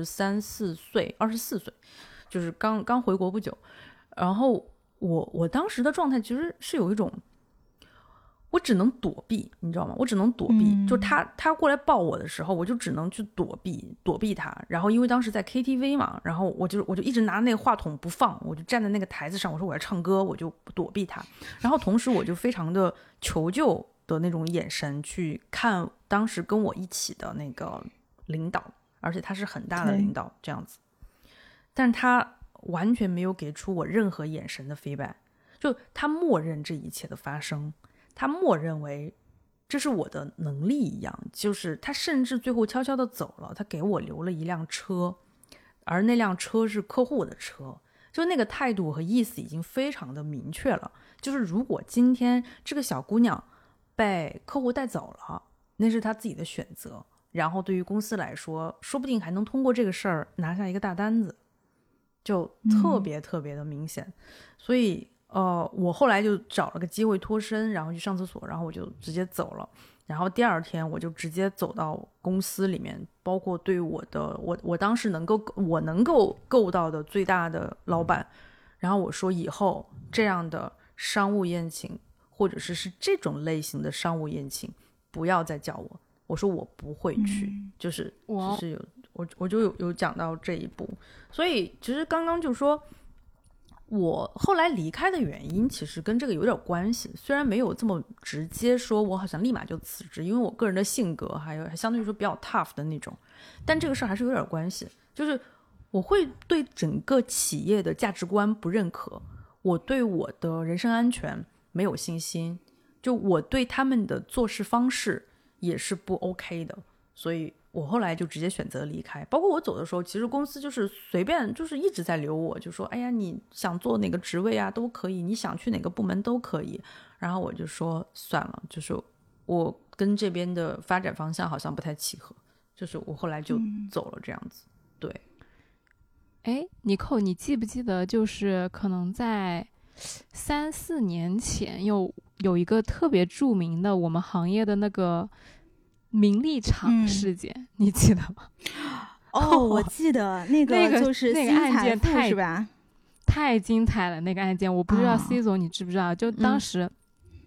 23、24岁，就是刚回国不久。然后我当时的状态其实是有一种，我只能躲避，你知道吗？我只能躲避，就他过来抱我的时候，我就只能去躲避他。然后因为当时在 KTV 嘛，然后我就一直拿那个话筒不放，我就站在那个台子上，我说我要唱歌，我就躲避他。然后同时我就非常的求救的那种眼神去看当时跟我一起的那个领导，而且他是很大的领导这样子，但他完全没有给出我任何眼神的 feedback， 就他默认这一切的发生，他默认为这是我的能力一样，就是他甚至最后悄悄的走了，他给我留了一辆车，而那辆车是客户的车，就那个态度和意思已经非常的明确了，就是如果今天这个小姑娘被客户带走了，那是她自己的选择，然后对于公司来说，说不定还能通过这个事儿拿下一个大单子，就特别特别的明显。所以我后来就找了个机会脱身，然后去上厕所，然后我就直接走了。然后第2天我就直接走到公司里面，包括对我当时能够够到的最大的老板，然后我说以后这样的商务宴请或者是这种类型的商务宴请不要再叫我说我不会去，就是我就有讲到这一步。所以其实刚刚就说我后来离开的原因其实跟这个有点关系，虽然没有这么直接说我好像立马就辞职，因为我个人的性格还相对于说比较 tough 的那种，但这个事儿还是有点关系，就是我会对整个企业的价值观不认可，我对我的人身安全没有信心，就我对他们的做事方式也是不 OK 的，所以我后来就直接选择离开。包括我走的时候，其实公司就是随便就是一直在留我，就说哎呀你想做哪个职位啊都可以，你想去哪个部门都可以，然后我就说算了，就是我跟这边的发展方向好像不太契合，就是我后来就走了这样子。对， 哎，尼寇，你记不记得就是可能在3、4年前有一个特别著名的我们行业的那个名利场事件，你记得吗？ 我记得那个就是那个案件是吧？ 太精彩了，那个案件我不知道 C 总你知不知道，就当时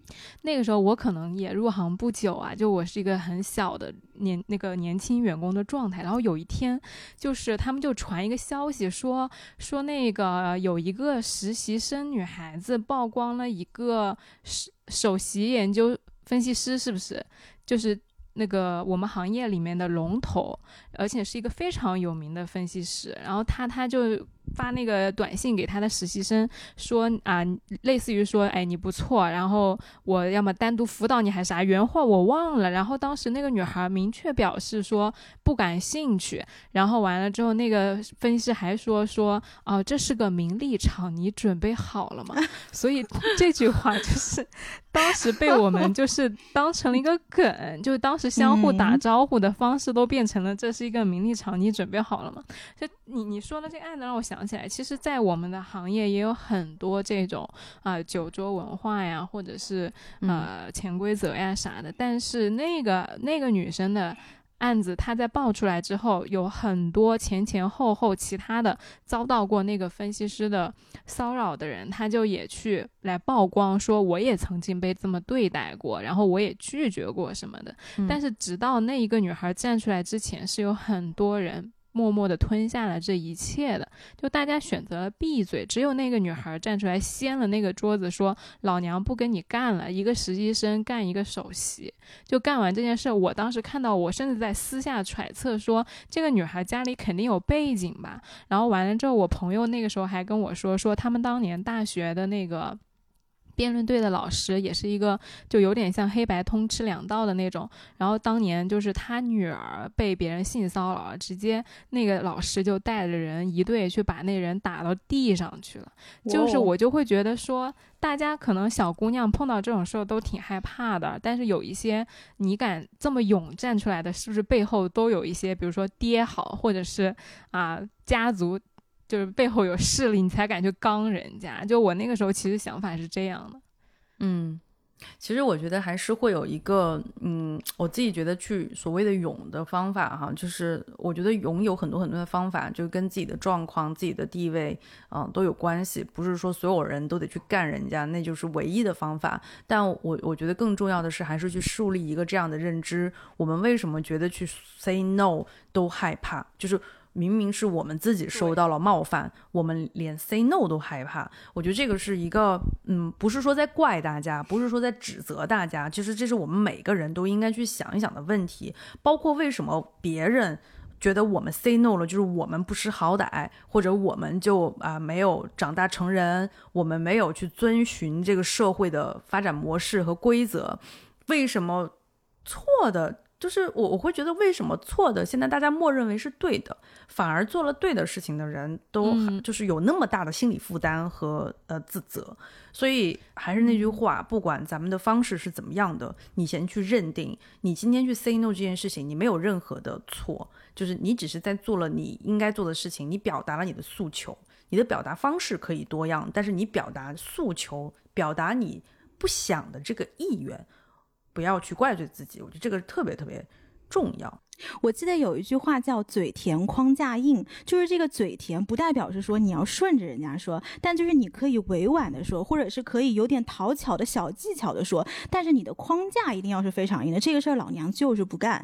那个时候我可能也入行不久啊，就我是一个很小的年轻员工的状态。然后有一天，就是他们就传一个消息说那个有一个实习生女孩子曝光了一个首席研究分析师，是不是？就是那个我们行业里面的龙头，而且是一个非常有名的分析师。然后他就发那个短信给他的实习生说啊，类似于说，哎，你不错，然后我要么单独辅导你还是啥，原话我忘了。然后当时那个女孩明确表示说不感兴趣。然后完了之后，那个分析师还说哦，这是个名利场，你准备好了吗？所以这句话就是当时被我们就是当成了一个梗，就当时相互打招呼的方式都变成了这是一个名利场，你准备好了吗？就你说的这个案子让我想起来，其实在我们的行业也有很多这种酒桌文化呀，或者是潜规则呀啥的。但是那个女生的案子，她在爆出来之后，有很多前后其他的遭到过那个分析师的骚扰的人，他就也去来曝光说我也曾经被这么对待过，然后我也拒绝过什么的。但是直到那一个女孩站出来之前，是有很多人默默地吞下了这一切的，就大家选择了闭嘴，只有那个女孩站出来掀了那个桌子说老娘不跟你干了，一个实习生干一个首席。就干完这件事，我当时看到，我甚至在私下揣测说这个女孩家里肯定有背景吧。然后完了之后，我朋友那个时候还跟我说他们当年大学的那个辩论队的老师也是一个就有点像黑白通吃两道的那种。然后当年就是他女儿被别人性骚扰，直接那个老师就带着人一队去把那人打到地上去了。就是我就会觉得说，大家可能小姑娘碰到这种事儿都挺害怕的，但是有一些你敢这么勇站出来的，是不是背后都有一些比如说爹好，或者是家族就是背后有势力，你才敢去刚人家。就我那个时候其实想法是这样的。 其实我觉得还是会有一个我自己觉得去所谓的勇的方法哈，就是我觉得勇有很多很多的方法，就跟自己的状况自己的地位都有关系，不是说所有人都得去干人家，那就是唯一的方法。但我觉得更重要的是还是去树立一个这样的认知，我们为什么觉得去 say no 都害怕，就是明明是我们自己受到了冒犯，我们连 say no 都害怕。我觉得这个是一个不是说在怪大家，不是说在指责大家，其实这是我们每个人都应该去想一想的问题。包括为什么别人觉得我们 say no 了，就是我们不识好歹，或者我们就没有长大成人，我们没有去遵循这个社会的发展模式和规则。为什么错的就是我会觉得为什么错的现在大家默认为是对的，反而做了对的事情的人都就是有那么大的心理负担和自责。所以还是那句话，不管咱们的方式是怎么样的，你先去认定你今天去 say no 这件事情，你没有任何的错，就是你只是在做了你应该做的事情，你表达了你的诉求。你的表达方式可以多样，但是你表达诉求，表达你不想的这个意愿，不要去怪罪自己。我觉得这个特别特别重要。 我记得有一句话叫嘴甜框架硬，就是这个嘴甜不代表是说你要顺着人家说，但就是你可以委婉的说，或者是可以有点讨巧的小技巧的说，但是你的框架一定要是非常硬的，这个事儿老娘就是不干。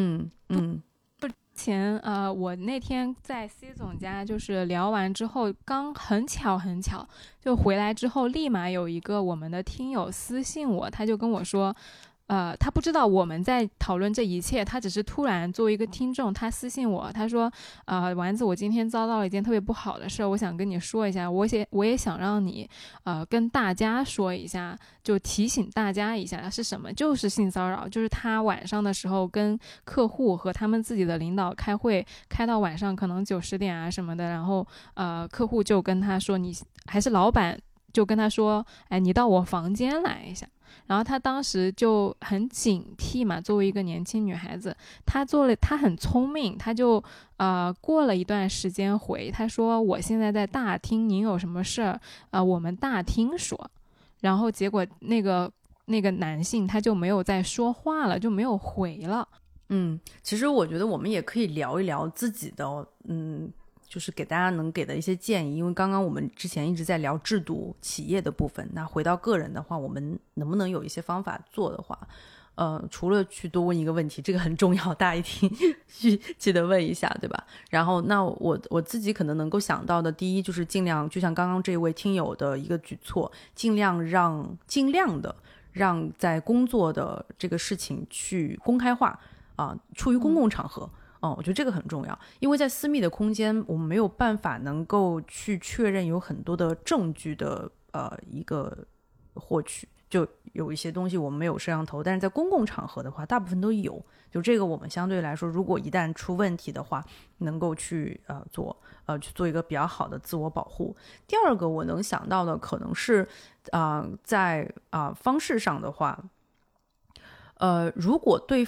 前我那天在 C 总家就是聊完之后，刚很巧就回来之后，立马有一个我们的听友私信我，他就跟我说他不知道我们在讨论这一切，他只是突然作为一个听众，他私信我，他说丸子，我今天遭到了一件特别不好的事，我想跟你说一下，我也想让你跟大家说一下，就提醒大家一下是什么，就是性骚扰。就是他晚上的时候跟客户和他们自己的领导开会，开到晚上可能9、10点啊什么的，然后客户就跟他说，你还是老板就跟他说，哎，你到我房间来一下。然后他当时就很警惕嘛，作为一个年轻女孩子，她很聪明，她就过了一段时间回，她说我现在在大厅，您有什么事儿我们大厅说。然后结果那个男性他就没有再说话了，就没有回了。 其实我觉得我们也可以聊一聊自己的就是给大家能给的一些建议，因为刚刚我们之前一直在聊制度企业的部分，那回到个人的话，我们能不能有一些方法做的话，除了去多问一个问题，这个很重要，大家一定记得问一下，对吧？然后那我自己可能能够想到的，第一就是尽量就像刚刚这位听友的一个举措，尽量的让在工作的这个事情去公开化处于公共场合。我觉得这个很重要，因为在私密的空间我们没有办法能够去确认有很多的证据的一个获取，就有一些东西我们没有摄像头，但是在公共场合的话大部分都有，就这个我们相对来说如果一旦出问题的话能够去做一个比较好的自我保护。第二个我能想到的可能是在方式上的话，如果对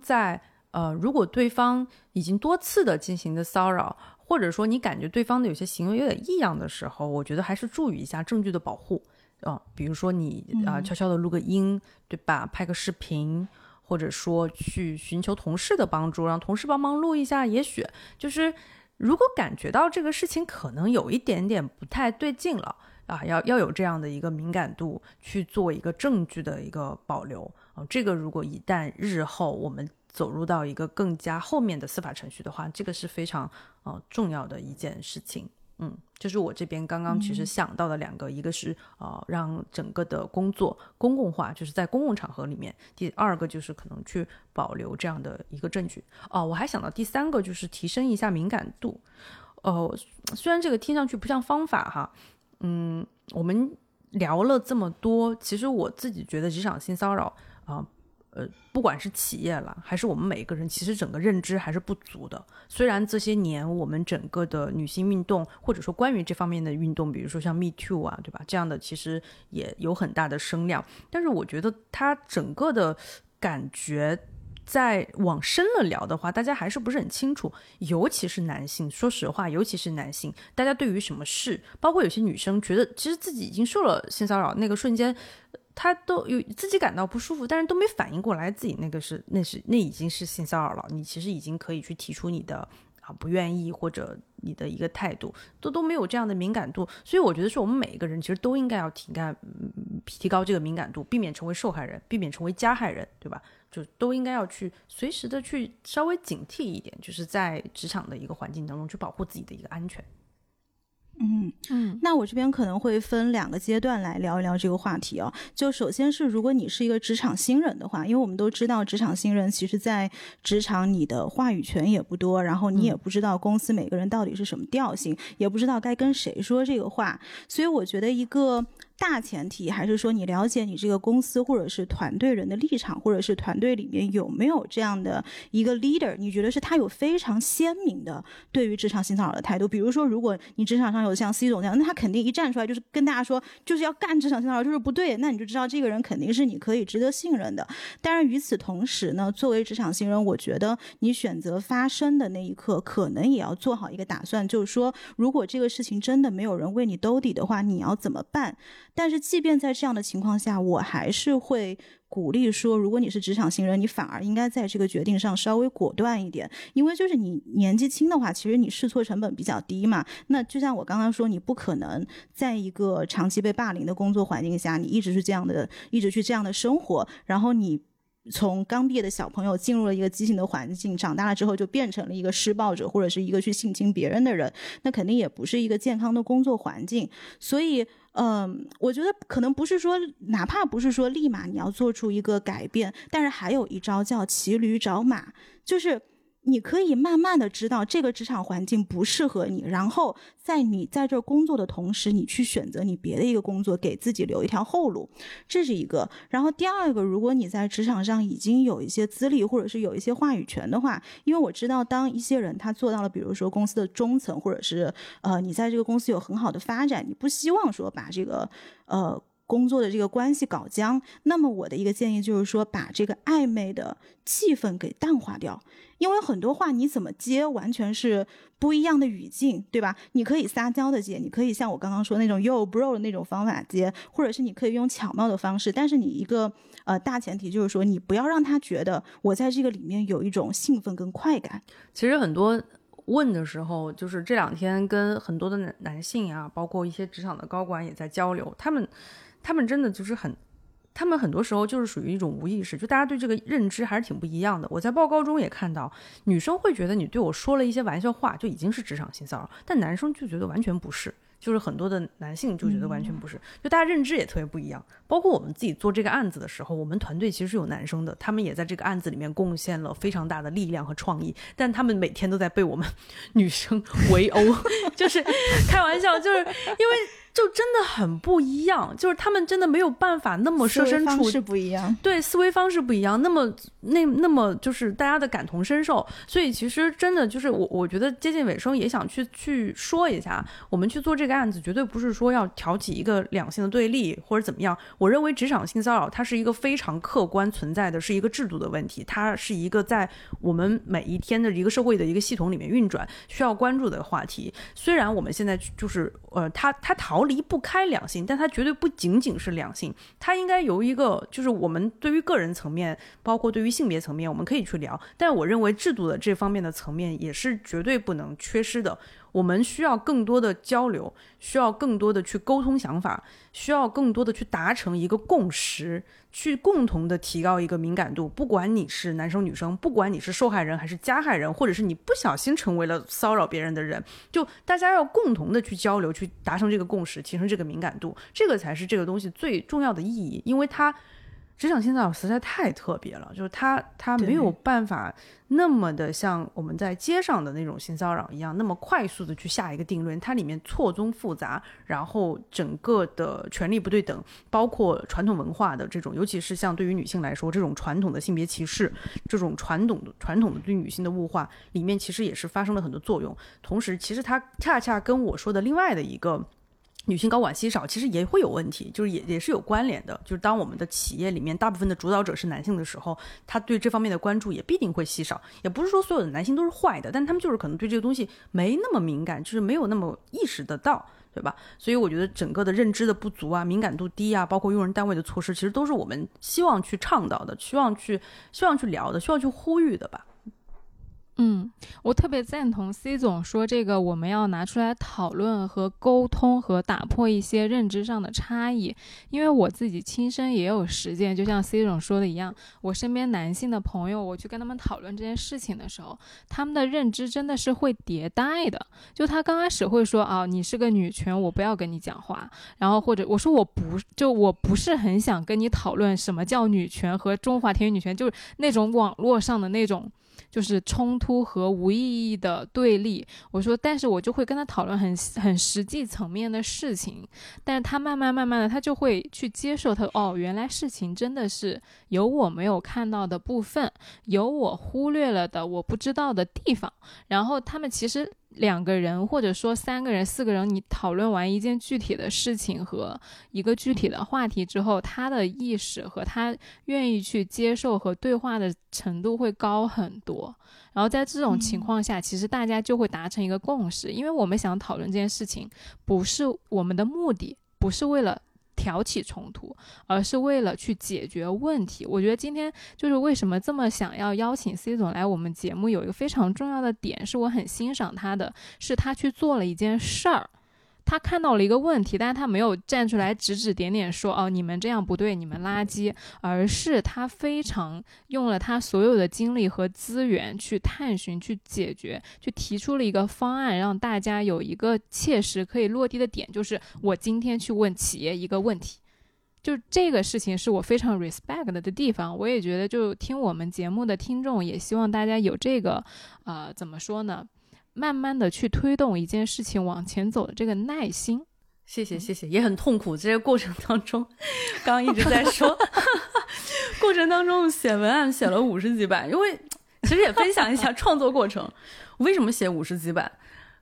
方已经多次的进行的骚扰，或者说你感觉对方的有些行为有点异样的时候，我觉得还是注意一下证据的保护。比如说你悄悄的录个音，对吧？拍个视频，或者说去寻求同事的帮助，让同事帮忙录一下。也许就是如果感觉到这个事情可能有一点点不太对劲了要有这样的一个敏感度去做一个证据的一个保留。这个如果一旦日后我们走入到一个更加后面的司法程序的话，这个是非常重要的一件事情。这是我这边刚刚其实想到的两个，一个是让整个的工作公共化，就是在公共场合里面；第二个就是可能去保留这样的一个证据。我还想到第三个就是提升一下敏感度。虽然这个听上去不像方法哈，我们聊了这么多，其实我自己觉得职场性骚扰不管是企业了还是我们每个人，其实整个认知还是不足的。虽然这些年我们整个的女性运动或者说关于这方面的运动，比如说像 Me Too 对吧，这样的其实也有很大的声量，但是我觉得它整个的感觉再往深了聊的话，大家还是不是很清楚，尤其是男性，说实话，尤其是男性，大家对于什么事，包括有些女生觉得其实自己已经受了性骚扰，那个瞬间他都有自己感到不舒服，但是都没反应过来自己那已经是性骚扰了，你其实已经可以去提出你的不愿意或者你的一个态度，都没有这样的敏感度。所以我觉得是我们每一个人其实都应该要提高这个敏感度，避免成为受害人，避免成为加害人，对吧？就都应该要去随时的去稍微警惕一点，就是在职场的一个环境当中去保护自己的一个安全。 那我这边可能会分两个阶段来聊一聊这个话题就首先是如果你是一个职场新人的话，因为我们都知道职场新人其实在职场你的话语权也不多，然后你也不知道公司每个人到底是什么调性，也不知道该跟谁说这个话，所以我觉得一个大前提还是说你了解你这个公司或者是团队人的立场，或者是团队里面有没有这样的一个 leader， 你觉得是他有非常鲜明的对于职场性骚扰的态度。比如说如果你职场上有像 C 总这样，那他肯定一站出来就是跟大家说就是要干职场性骚扰就是不对，那你就知道这个人肯定是你可以值得信任的。当然与此同时呢，作为职场新人，我觉得你选择发声的那一刻可能也要做好一个打算，就是说如果这个事情真的没有人为你兜底的话，你要怎么办。但是即便在这样的情况下，我还是会鼓励说，如果你是职场新人，你反而应该在这个决定上稍微果断一点，因为就是你年纪轻的话，其实你试错成本比较低嘛。那就像我刚刚说，你不可能在一个长期被霸凌的工作环境下，你一直去这样的生活，然后你从刚毕业的小朋友进入了一个畸形的环境，长大了之后就变成了一个施暴者或者是一个去性侵别人的人，那肯定也不是一个健康的工作环境。所以我觉得可能不是说，哪怕不是说立马你要做出一个改变，但是还有一招叫骑驴找马，就是你可以慢慢的知道这个职场环境不适合你，然后在你在这工作的同时，你去选择你别的一个工作，给自己留一条后路，这是一个。然后第二个，如果你在职场上已经有一些资历或者是有一些话语权的话，因为我知道当一些人他做到了比如说公司的中层，或者是你在这个公司有很好的发展，你不希望说把这个工作的这个关系搞僵，那么我的一个建议就是说把这个暧昧的气氛给淡化掉，因为很多话你怎么接完全是不一样的语境，对吧？你可以撒娇的接，你可以像我刚刚说那种 yo bro 的那种方法接，或者是你可以用巧妙的方式，但是你一个大前提就是说你不要让他觉得我在这个里面有一种兴奋跟快感。 其实很多问的时候，就是这2天跟很多的男性啊，包括一些职场的高管也在交流，他们真的就是他们很多时候就是属于一种无意识，就大家对这个认知还是挺不一样的。我在报告中也看到，女生会觉得你对我说了一些玩笑话就已经是职场性骚扰，但男生就觉得完全不是，就是很多的男性就觉得完全不是，就大家认知也特别不一样。包括我们自己做这个案子的时候，我们团队其实是有男生的，他们也在这个案子里面贡献了非常大的力量和创意，但他们每天都在被我们女生围殴就是开玩笑，就是因为就真的很不一样，就是他们真的没有办法那么设身处地，思维方式不一样， 对，思维方式不一样，那么就是大家的感同身受，所以其实真的就是我觉得接近尾声也想去说一下，我们去做这个案子绝对不是说要挑起一个两性的对立或者怎么样。我认为职场性骚扰它是一个非常客观存在的，是一个制度的问题，它是一个在我们每一天的一个社会的一个系统里面运转需要关注的话题。虽然我们现在就是它逃离不开两性，但它绝对不仅仅是两性，它应该由一个就是我们对于个人层面包括对于性别层面我们可以去聊，但我认为制度的这方面的层面也是绝对不能缺失的。我们需要更多的交流，需要更多的去沟通想法，需要更多的去达成一个共识，去共同的提高一个敏感度。不管你是男生女生，不管你是受害人还是加害人，或者是你不小心成为了骚扰别人的人，就大家要共同的去交流，去达成这个共识，提升这个敏感度，这个才是这个东西最重要的意义。因为它职场性骚扰实在太特别了，就是它没有办法那么的像我们在街上的那种性骚扰一样那么快速的去下一个定论，它里面错综复杂，然后整个的权力不对等，包括传统文化的这种，尤其是像对于女性来说这种传统的性别歧视，这种传统的对女性的物化里面其实也是发生了很多作用。同时其实它恰恰跟我说的另外的一个女性高管稀少其实也会有问题，就是也是有关联的。就是当我们的企业里面大部分的主导者是男性的时候，他对这方面的关注也必定会稀少。也不是说所有的男性都是坏的，但他们就是可能对这个东西没那么敏感，就是没有那么意识得到，对吧？所以我觉得整个的认知的不足啊，敏感度低啊，包括用人单位的措施，其实都是我们希望去倡导的，希望去聊的，需要去呼吁的吧。 我特别赞同 C 总说这个我们要拿出来讨论和沟通和打破一些认知上的差异，因为我自己亲身也有实践，就像 C 总说的一样，我身边男性的朋友，我去跟他们讨论这件事情的时候，他们的认知真的是会迭代的。就他刚开始会说你是个女权，我不要跟你讲话，然后或者我说我不是很想跟你讨论什么叫女权和中华田园女权，就是那种网络上的那种就是冲突和无意义的对立。我说但是我就会跟他讨论很实际层面的事情，但是他慢慢的他就会去接受他原来事情真的是有我没有看到的部分，有我忽略了的我不知道的地方。然后他们其实2个人或者说3个人4个人，你讨论完一件具体的事情和一个具体的话题之后，他的意识和他愿意去接受和对话的程度会高很多。然后在这种情况下，其实大家就会达成一个共识，因为我们想讨论这件事情，不是我们的目的不是为了挑起冲突，而是为了去解决问题。我觉得今天就是为什么这么想要邀请 C 总来我们节目，有一个非常重要的点是我很欣赏他的，是他去做了一件事儿。他看到了一个问题，但是他没有站出来指点说你们这样不对，你们垃圾，而是他非常用了他所有的精力和资源去探寻去解决，去提出了一个方案，让大家有一个切实可以落地的点，就是我今天去问企业一个问题。就这个事情是我非常 respect 的地方。我也觉得就听我们节目的听众也希望大家有这个怎么说呢，慢慢的去推动一件事情往前走的这个耐心。 谢谢，也很痛苦。这个过程当中，刚刚一直在说，过程当中写文案写了50几版，因为其实也分享一下创作过程。我为什么写50几版？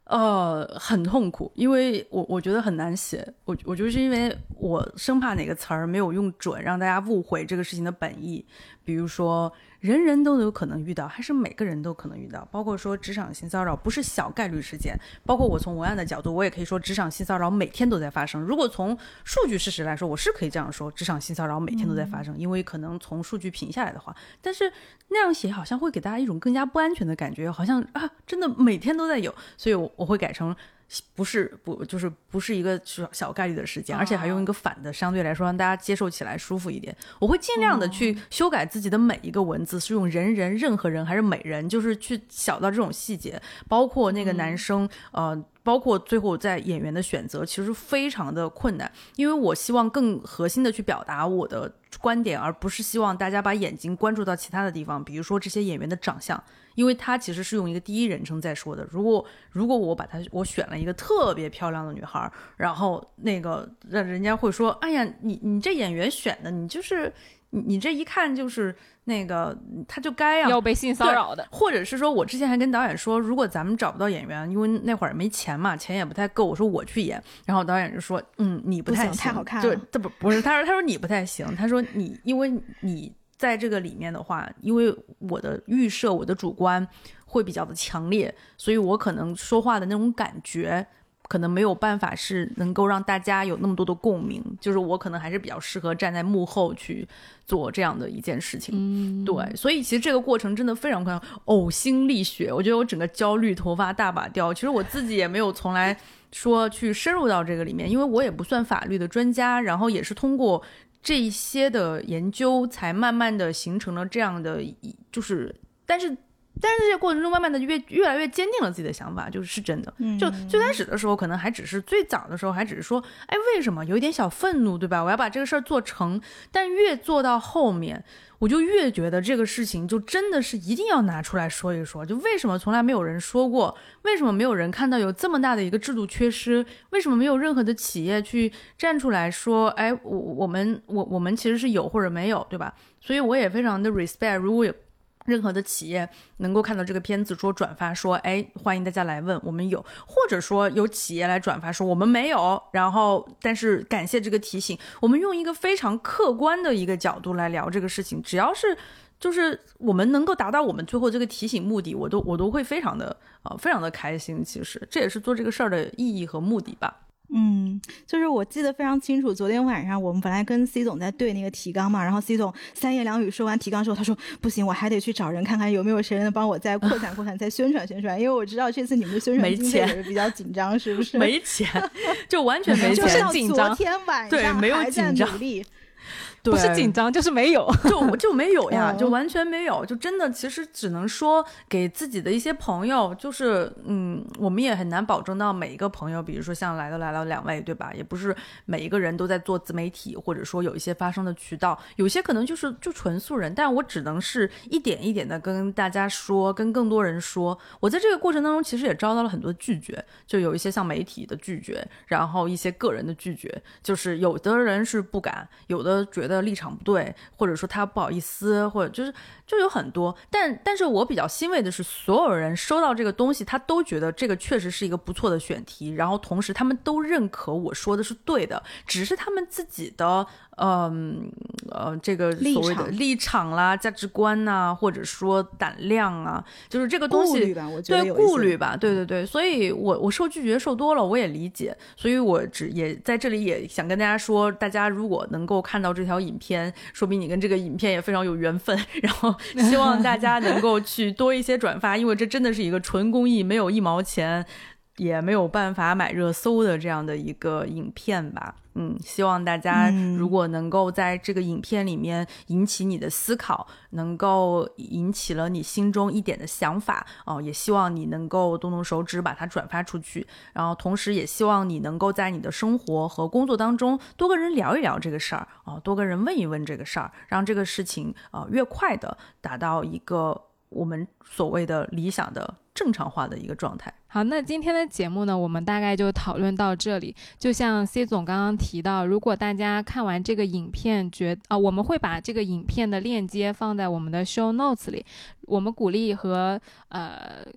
很痛苦，因为我觉得很难写，我就是因为我生怕哪个词儿没有用准，让大家误会这个事情的本意。比如说人人都有可能遇到，还是每个人都可能遇到，包括说职场性骚扰不是小概率事件，包括我从文案的角度，我也可以说职场性骚扰每天都在发生。如果从数据事实来说，我是可以这样说，职场性骚扰每天都在发生，因为可能从数据评下来的话，但是那样写好像会给大家一种更加不安全的感觉，好像啊真的每天都在有，所以我会改成不是一个小概率的事件，而且还用一个反的，相对来说让大家接受起来舒服一点。我会尽量的去修改自己的每一个文字，是用人人、任何人还是每人，就是去小到这种细节，包括那个男生包括最后在演员的选择其实非常的困难，因为我希望更核心的去表达我的观点，而不是希望大家把眼睛关注到其他的地方，比如说这些演员的长相，因为他其实是用一个第一人称在说的。如果我选了一个特别漂亮的女孩，然后那个让人家会说，哎呀，你这演员选的，你就是你这一看就是那个他就该要被性骚扰的。 或者是说我之前还跟导演说，如果咱们找不到演员，因为那会儿没钱嘛，钱也不太够，我说我去演，然后导演就说你不太行， 太好看了， 就不是他说你不太行，他说你因为你在这个里面的话，因为我的预设我的主观会比较的强烈，所以我可能说话的那种感觉可能没有办法是能够让大家有那么多的共鸣，就是我可能还是比较适合站在幕后去做这样的一件事情。对，所以其实这个过程真的非常困难，呕心沥血，我觉得我整个焦虑，头发大把掉。其实我自己也没有从来说去深入到这个里面，因为我也不算法律的专家，然后也是通过这一些的研究才慢慢的形成了这样的，就是但是这个过程中慢慢的越来越坚定了自己的想法，就是真的。就最开始的时候可能还只是最早的时候还只是说，哎，为什么有一点小愤怒，对吧？我要把这个事儿做成。但越做到后面，我就越觉得这个事情就真的是一定要拿出来说一说，就为什么从来没有人说过，为什么没有人看到有这么大的一个制度缺失，为什么没有任何的企业去站出来说，哎，我们其实是有或者没有，对吧？所以我也非常的 respect， 如果有任何的企业能够看到这个片子说转发说，哎，欢迎大家来问，我们有，或者说有企业来转发说我们没有，然后但是感谢这个提醒，我们用一个非常客观的一个角度来聊这个事情，只要是就是我们能够达到我们最后这个提醒目的，我都会非常的开心。其实这也是做这个事儿的意义和目的吧。 就是我记得非常清楚，昨天晚上我们本来跟 C 总在对那个提纲嘛，然后 C 总三言两语说完提纲之后，他说不行，我还得去找人看看有没有谁能帮我再扩散再宣传，因为我知道这次你们的宣传经费也是比较紧张，是不是？ 没钱，就完全没钱， 就是紧张。昨天晚上还在努力。 不是紧张就是没有就没有呀，就完全没有，就真的其实只能说给自己的一些朋友，就是我们也很难保证到每一个朋友，比如说像来了两位，对吧？也不是每一个人都在做自媒体，或者说有一些发声的渠道，有些可能就纯素人，但我只能是一点一点的跟大家说，跟更多人说。我在这个过程当中其实也遭到了很多拒绝，就有一些像媒体的拒绝，然后一些个人的拒绝，就是有的人是不敢，有的觉得立场不对，或者说他不好意思，或者就有很多，但是我比较欣慰的是，所有人收到这个东西，他都觉得这个确实是一个不错的选题，然后同时他们都认可我说的是对的，只是他们自己的这个所谓的立场啦、价值观呐，或者说胆量啊，就是这个东西对顾虑吧，对，所以我受拒绝受多了，我也理解，所以我也在这里也想跟大家说，大家如果能够看到这条影片，说明你跟这个影片也非常有缘分，然后希望大家能够去多一些转发，因为这真的是一个纯公益，没有1毛钱也没有办法买热搜的这样的一个影片吧。希望大家如果能够在这个影片里面引起你的思考，能够引起了你心中一点的想法，也希望你能够动手指把它转发出去，然后同时也希望你能够在你的生活和工作当中多跟人聊一聊这个事儿，多跟人问一问这个事儿，让这个事情越快的达到一个我们所谓的理想的正常化的一个状态。 好，那今天的节目呢，我们大概就讨论到这里。就像 C 总刚刚提到，如果大家看完这个影片我们会把这个影片的链接放在我们的 show notes 里。我们鼓励和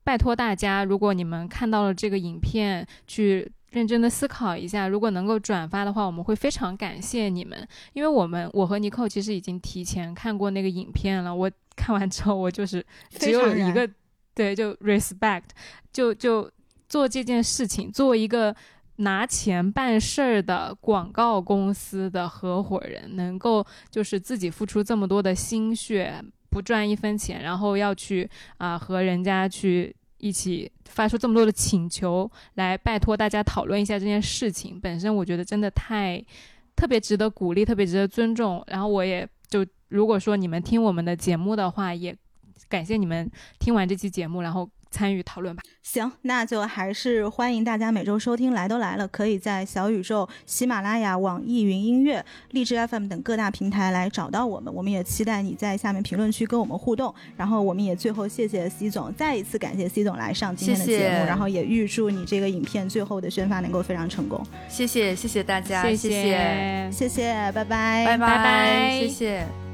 拜托大家，如果你们看到了这个影片，去认真的思考一下，如果能够转发的话，我们会非常感谢你们。因为我和尼寇其实已经提前看过那个影片了，我看完之后我就是只有一个对，就 respect， 就做这件事情，作为一个拿钱办事儿的广告公司的合伙人，能够就是自己付出这么多的心血，不赚一分钱，然后要去和人家去一起发出这么多的请求，来拜托大家讨论一下这件事情，本身我觉得真的特别值得鼓励，特别值得尊重。然后我也就如果说你们听我们的节目的话，也感谢你们听完这期节目然后参与讨论吧。 行，那就还是欢迎大家每周收听来都来了，可以在小宇宙、喜马拉雅、网易云音乐、荔枝 FM 等各大平台来找到我们。我们也期待你在下面评论区跟我们互动。然后我们也最后谢谢 C 总，再一次感谢 C 总来上今天的节目， 谢谢， 然后也预祝你这个影片最后的宣发能够非常成功。 谢谢大家， 谢谢谢， 拜拜， 拜拜，谢谢。